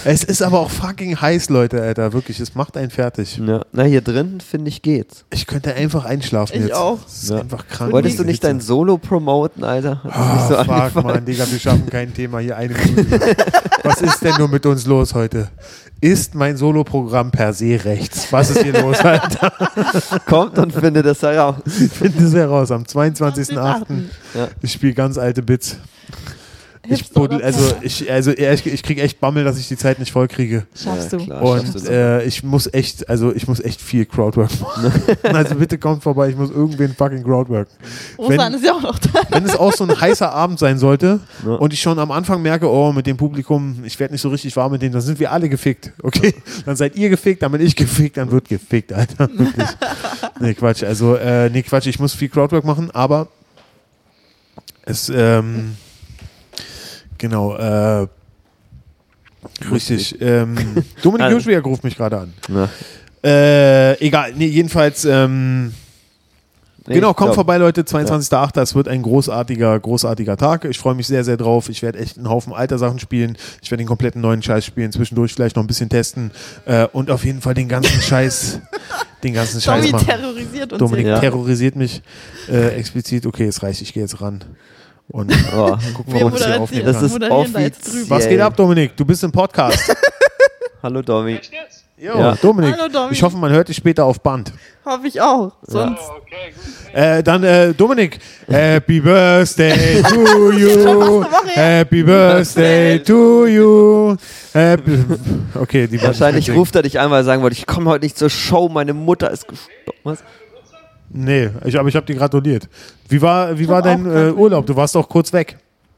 Es ist aber auch fucking heiß, Leute, Alter. Wirklich, es macht einen fertig. Ja. Na, hier drin, finde ich, geht's. Ich könnte einfach einschlafen Ich jetzt. auch. Das ist Ja. einfach krank. Wolltest du nicht dein Solo promoten, Alter? Hat das nicht so Oh, fuck, angefallen? Mann, Digga, wir schaffen kein Thema hier eine Minute. Was ist denn nur mit uns los heute? Ist mein Solo-Programm per se rechts? Was ist hier los, Alter? Kommt und findet das heraus. Finden Sie heraus, am zweiundzwanzigsten achten Ja. Ich spiele ganz alte Bits. Ich, Hipster buddel, oder also Pop? ich, also ich, ich kriege echt Bammel, dass ich die Zeit nicht voll kriege. Schaffst Ja, du. klar, schaffst Und du äh, ich muss echt, also ich muss echt viel Crowdwork machen. Also bitte kommt vorbei, ich muss irgendwen fucking Crowdworken. Osan ist ja auch noch da. Wenn es auch so ein heißer Abend sein sollte Ja. und ich schon am Anfang merke, oh, mit dem Publikum, ich werde nicht so richtig warm mit denen, dann sind wir alle gefickt, okay? Dann seid ihr gefickt, dann bin ich gefickt, dann wird gefickt, Alter. Wirklich. Nee, Quatsch, also, äh, nee, Quatsch, ich muss viel Crowdwork machen, aber es, ähm, genau, äh, richtig, ähm, Dominik Also- Joschwiak ruft mich gerade an. Ja. Äh, egal, nee, jedenfalls, ähm, Nee, genau, ich kommt glaub- vorbei, Leute, zweiundzwanzigster achter Es wird ein großartiger, großartiger Tag. Ich freue mich sehr, sehr drauf. Ich werde echt einen Haufen alter Sachen spielen. Ich werde den kompletten neuen Scheiß spielen, zwischendurch vielleicht noch ein bisschen testen äh, und auf jeden Fall den ganzen Scheiß, den ganzen Scheiß Tommy machen. terrorisiert uns Dominik hier. Ja. terrorisiert mich äh, explizit. Okay, es reicht, ich gehe jetzt ran. Und Oh. gucken Wir wir, ob ich hier moderieren- aufnehmen Das kann. ist moderieren da jetzt offiziell. drüber. Was geht ab, Dominik? Du bist im Podcast. Hallo Domi. Jo, Ja. Dominik. Hallo, Domi. Ich hoffe, man hört dich später auf Band. Hoffe ich auch. Sonst Äh, dann, äh, Dominik, Happy Birthday to you, Happy Birthday to you, Happy okay, die Wahrscheinlich ruft. ruft er dich an, weil er sagen wollte, ich komme heute nicht zur Show, meine Mutter ist gestorben. Was? Nee, ich, aber ich habe dir gratuliert. Wie war, wie war hab dein auch äh, gratuliert. Urlaub? Du warst doch kurz weg.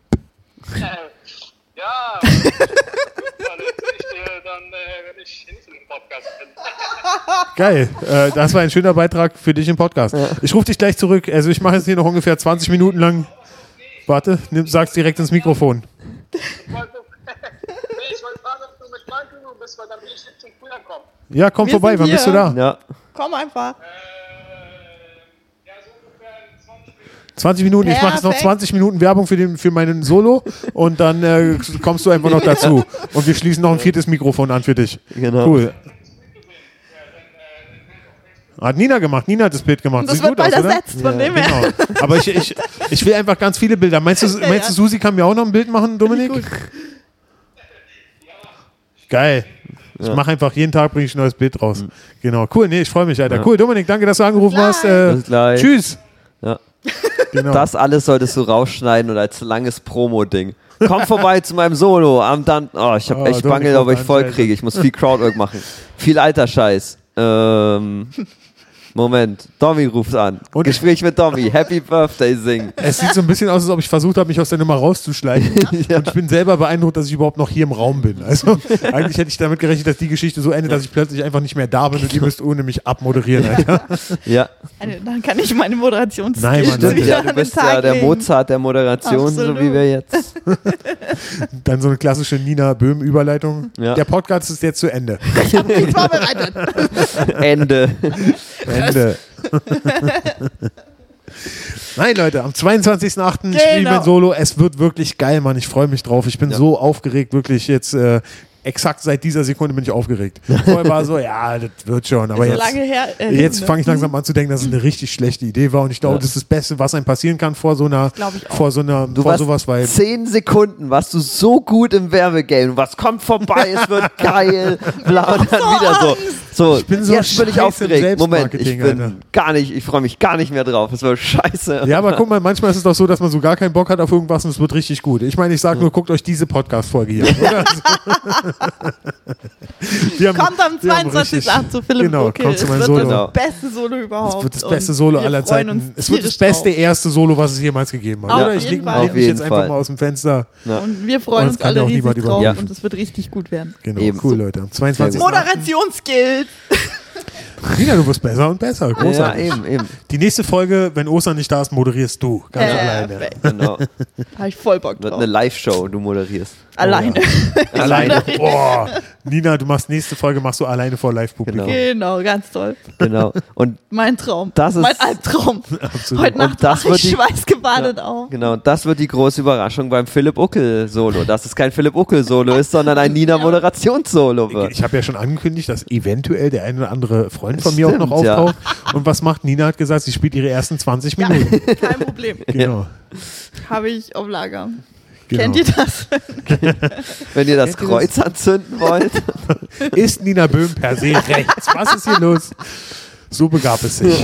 Ja, das ich dir dann, äh, wenn ich nicht im Podcast bin. Geil, äh, das war ein schöner Beitrag für dich im Podcast. Ich rufe dich gleich zurück. Also ich mache jetzt hier noch ungefähr zwanzig Minuten lang. Warte, nimm, sag's direkt ins Mikrofon. Ich wollte, nee, ich wollte fragen, ob du mit Frank bist, weil dann will ich nicht zum Früher kommen. Ja, komm Wir vorbei, sind wann bist du hier. da? Ja. komm einfach. Ja, so ungefähr in zwanzig Minuten. zwanzig Minuten, ich mache jetzt noch Perfekt. zwanzig Minuten Werbung für, den, für meinen Solo und dann äh, kommst du einfach noch dazu. Und wir schließen noch ein viertes Mikrofon an für dich. Genau. Cool. Hat Nina gemacht, Nina hat das Bild gemacht. Und das Sieht wird gut aus, bald oder? ersetzt, von dem her. Genau. Aber ich, ich, ich will einfach ganz viele Bilder. Meinst du, Ja, meinst du ja. Susi kann mir auch noch ein Bild machen, Dominik? Gut. Geil. Ich Ja. mache einfach, jeden Tag bringe ich ein neues Bild raus. Genau, cool, nee, ich freue mich, Alter. Ja. Cool, Dominik, danke, dass du angerufen Bis hast. gleich. Äh, Bis gleich. Tschüss. Ja. Genau. Das alles solltest du rausschneiden und als langes Promo-Ding. Komm vorbei zu meinem Solo am Dan. Oh, ich habe Oh, echt Dominik Bangel, ob ich ruft voll an, kriege. Ich muss viel Crowdwork machen. Viel alter Scheiß. Ähm, Moment, Domi ruft an. Und? Gespräch mit Domi. Happy Birthday singen. Es sieht so ein bisschen aus, als ob ich versucht habe, mich aus der Nummer rauszuschleichen. Ja. Und ich bin selber beeindruckt, dass ich überhaupt noch hier im Raum bin. Also eigentlich hätte ich damit gerechnet, dass die Geschichte so endet, dass ich plötzlich einfach nicht mehr da bin und ihr müsst ohne mich abmoderieren, Alter. Ja, Eine, dann kann ich meine Moderations Nein, Mann, Skills Stimmt, wieder ja an du den bist Tag ja der legen. Mozart der Moderation, so Absolut. wie wir jetzt. Dann so eine klassische Nina Böhm-Überleitung. Ja. Der Podcast ist jetzt zu Ende. Ich habe mich vorbereitet. Ende. Ende. Nein, Leute, am zweiundzwanzigsten achten Genau. spielen wir ein Solo. Es wird wirklich geil, Mann. Ich freue mich drauf. Ich bin Ja. so aufgeregt, wirklich jetzt. Äh, exakt seit dieser Sekunde bin ich aufgeregt. Vorher war so, ja, das wird schon. Aber so jetzt, lange her. Äh, jetzt ne? fange ich langsam an zu denken, dass es eine richtig schlechte Idee war. Und ich glaube, Ja. das ist das Beste, was einem passieren kann vor so einer, glaub ich auch. vor so einer, Du vor warst sowas, weil. zehn Sekunden, warst du so gut im Werbegame. Was kommt vorbei, es wird geil. Bla, und dann wieder so. So, Ich bin so jetzt bin ich scheiße im aufgeregt. Moment, ich Selbstmarketing, bin Alter. gar nicht, ich freue mich gar nicht mehr drauf. Es wird scheiße. Ja, aber guck mal, manchmal ist es doch so, dass man so gar keinen Bock hat auf irgendwas und es wird richtig gut. Ich meine, ich sage nur, guckt euch diese Podcast-Folge hier an. Oder? Wir haben- Kommt am wir haben zweiundzwanzigsten richtig- achten zu Philipp Genau, Brocke. kommt zu Es meinem wird Solo. Genau. das beste Solo überhaupt. Es wird das Und beste Solo wir aller freuen Zeiten. uns Es wird das tierisch beste drauf. erste Solo, was es jemals gegeben hat. Ja, Oder? auf Ich jeden leg, Fall. leg Auf mich jetzt jeden einfach Fall. mal aus dem Fenster. Ja. Und wir Und freuen es uns kann alle auch riesig niemand drauf überbieten. und es wird richtig gut werden. Genau, Eben. cool, Leute. Am zweiundzwanzigsten Moderationsskills. Nina, du wirst besser und besser. Ja, Großartig. eben, eben. Die nächste Folge, wenn Ostern nicht da ist, moderierst du. Ganz Äh, alleine. perfekt. Genau. Habe ich voll Bock Wird drauf. eine Live-Show, du moderierst. Alleine. Alleine. Boah. Nina, du machst nächste Folge machst du alleine vor Live-Publikum. Genau. Genau, ganz toll. Genau. Und Mein Traum. Das ist- mein Albtraum. Absolut. Heute Nacht Und das war wird ich die- schweißgebadet auch. genau, und das wird die große Überraschung beim Philipp Uckel-Solo. Dass es kein Philipp Uckel-Solo ist, sondern ein Nina-Moderations-Solo wird. Ich habe ja schon angekündigt, dass eventuell der ein oder andere Freund von mir auch Stimmt, noch ja. auftaucht. Und was macht Nina? Hat gesagt, sie spielt ihre ersten zwanzig Minuten. Kein Problem. Genau. Habe ich auf Lager. Genau. Kennt ihr das? Wenn ihr das Kennt ihr Kreuz anzünden wollt. Ist Nina Böhm per se rechts? Was ist hier los? So begab es sich.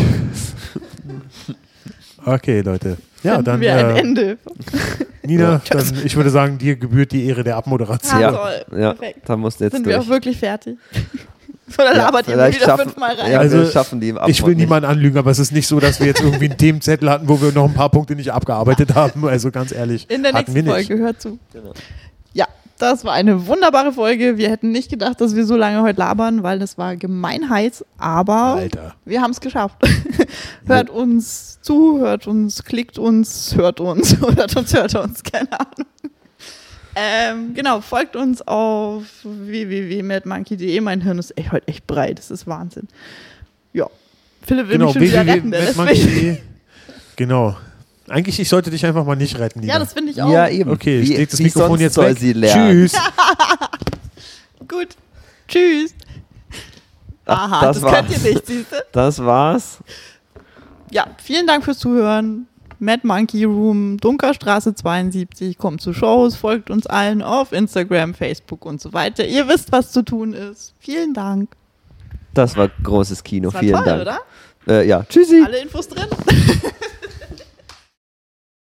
Okay, Leute. Ja, Finden dann wir ein äh, Ende. Nina, dann, ich würde sagen, dir gebührt die Ehre der Abmoderation. Ja, Ja, toll. ja, Perfekt. da musst du jetzt Sind durch. wir auch wirklich fertig? Oder labert ihr mir Vielleicht wieder schaffen, fünfmal rein? ja, Also, wir schaffen die im Ich will Abmod nicht. niemanden anlügen, aber es ist nicht so, dass wir jetzt irgendwie einen Themenzettel hatten, wo wir noch ein paar Punkte nicht abgearbeitet haben. Also ganz ehrlich, In der hatten nächsten wir nicht. Folge, hört zu. Genau. Ja, das war eine wunderbare Folge. Wir hätten nicht gedacht, dass wir so lange heute labern, weil das war gemein heiß, aber Alter. wir haben es geschafft. Hört uns zu, hört uns, klickt uns, hört uns, hört uns, hört uns, keine Ahnung. Ähm, genau, folgt uns auf w w w punkt madmonkey punkt de. Mein Hirn ist echt, heute echt breit, das ist Wahnsinn. Ja, Philipp will Genau, mich schon wieder www retten, der punkt deswegen. madmonkey punkt de. Genau. Eigentlich, ich sollte dich einfach mal nicht retten, Nina. Ja, das finde ich auch. Ja, eben. Okay, ich wie, leg das wie Mikrofon sonst jetzt soll weg. sie lernen? Tschüss. Gut. Tschüss. Aha, das das, war's. könnt ihr nicht, siehst du? Das war's. Ja, vielen Dank fürs Zuhören. Mad Monkey Room, Dunkerstraße zweiundsiebzig, kommt zu Shows, folgt uns allen auf Instagram, Facebook und so weiter. Ihr wisst, was zu tun ist. Vielen Dank. Das war großes Kino. Das war Vielen toll, Dank. oder? Äh, ja, tschüssi. Alle Infos drin?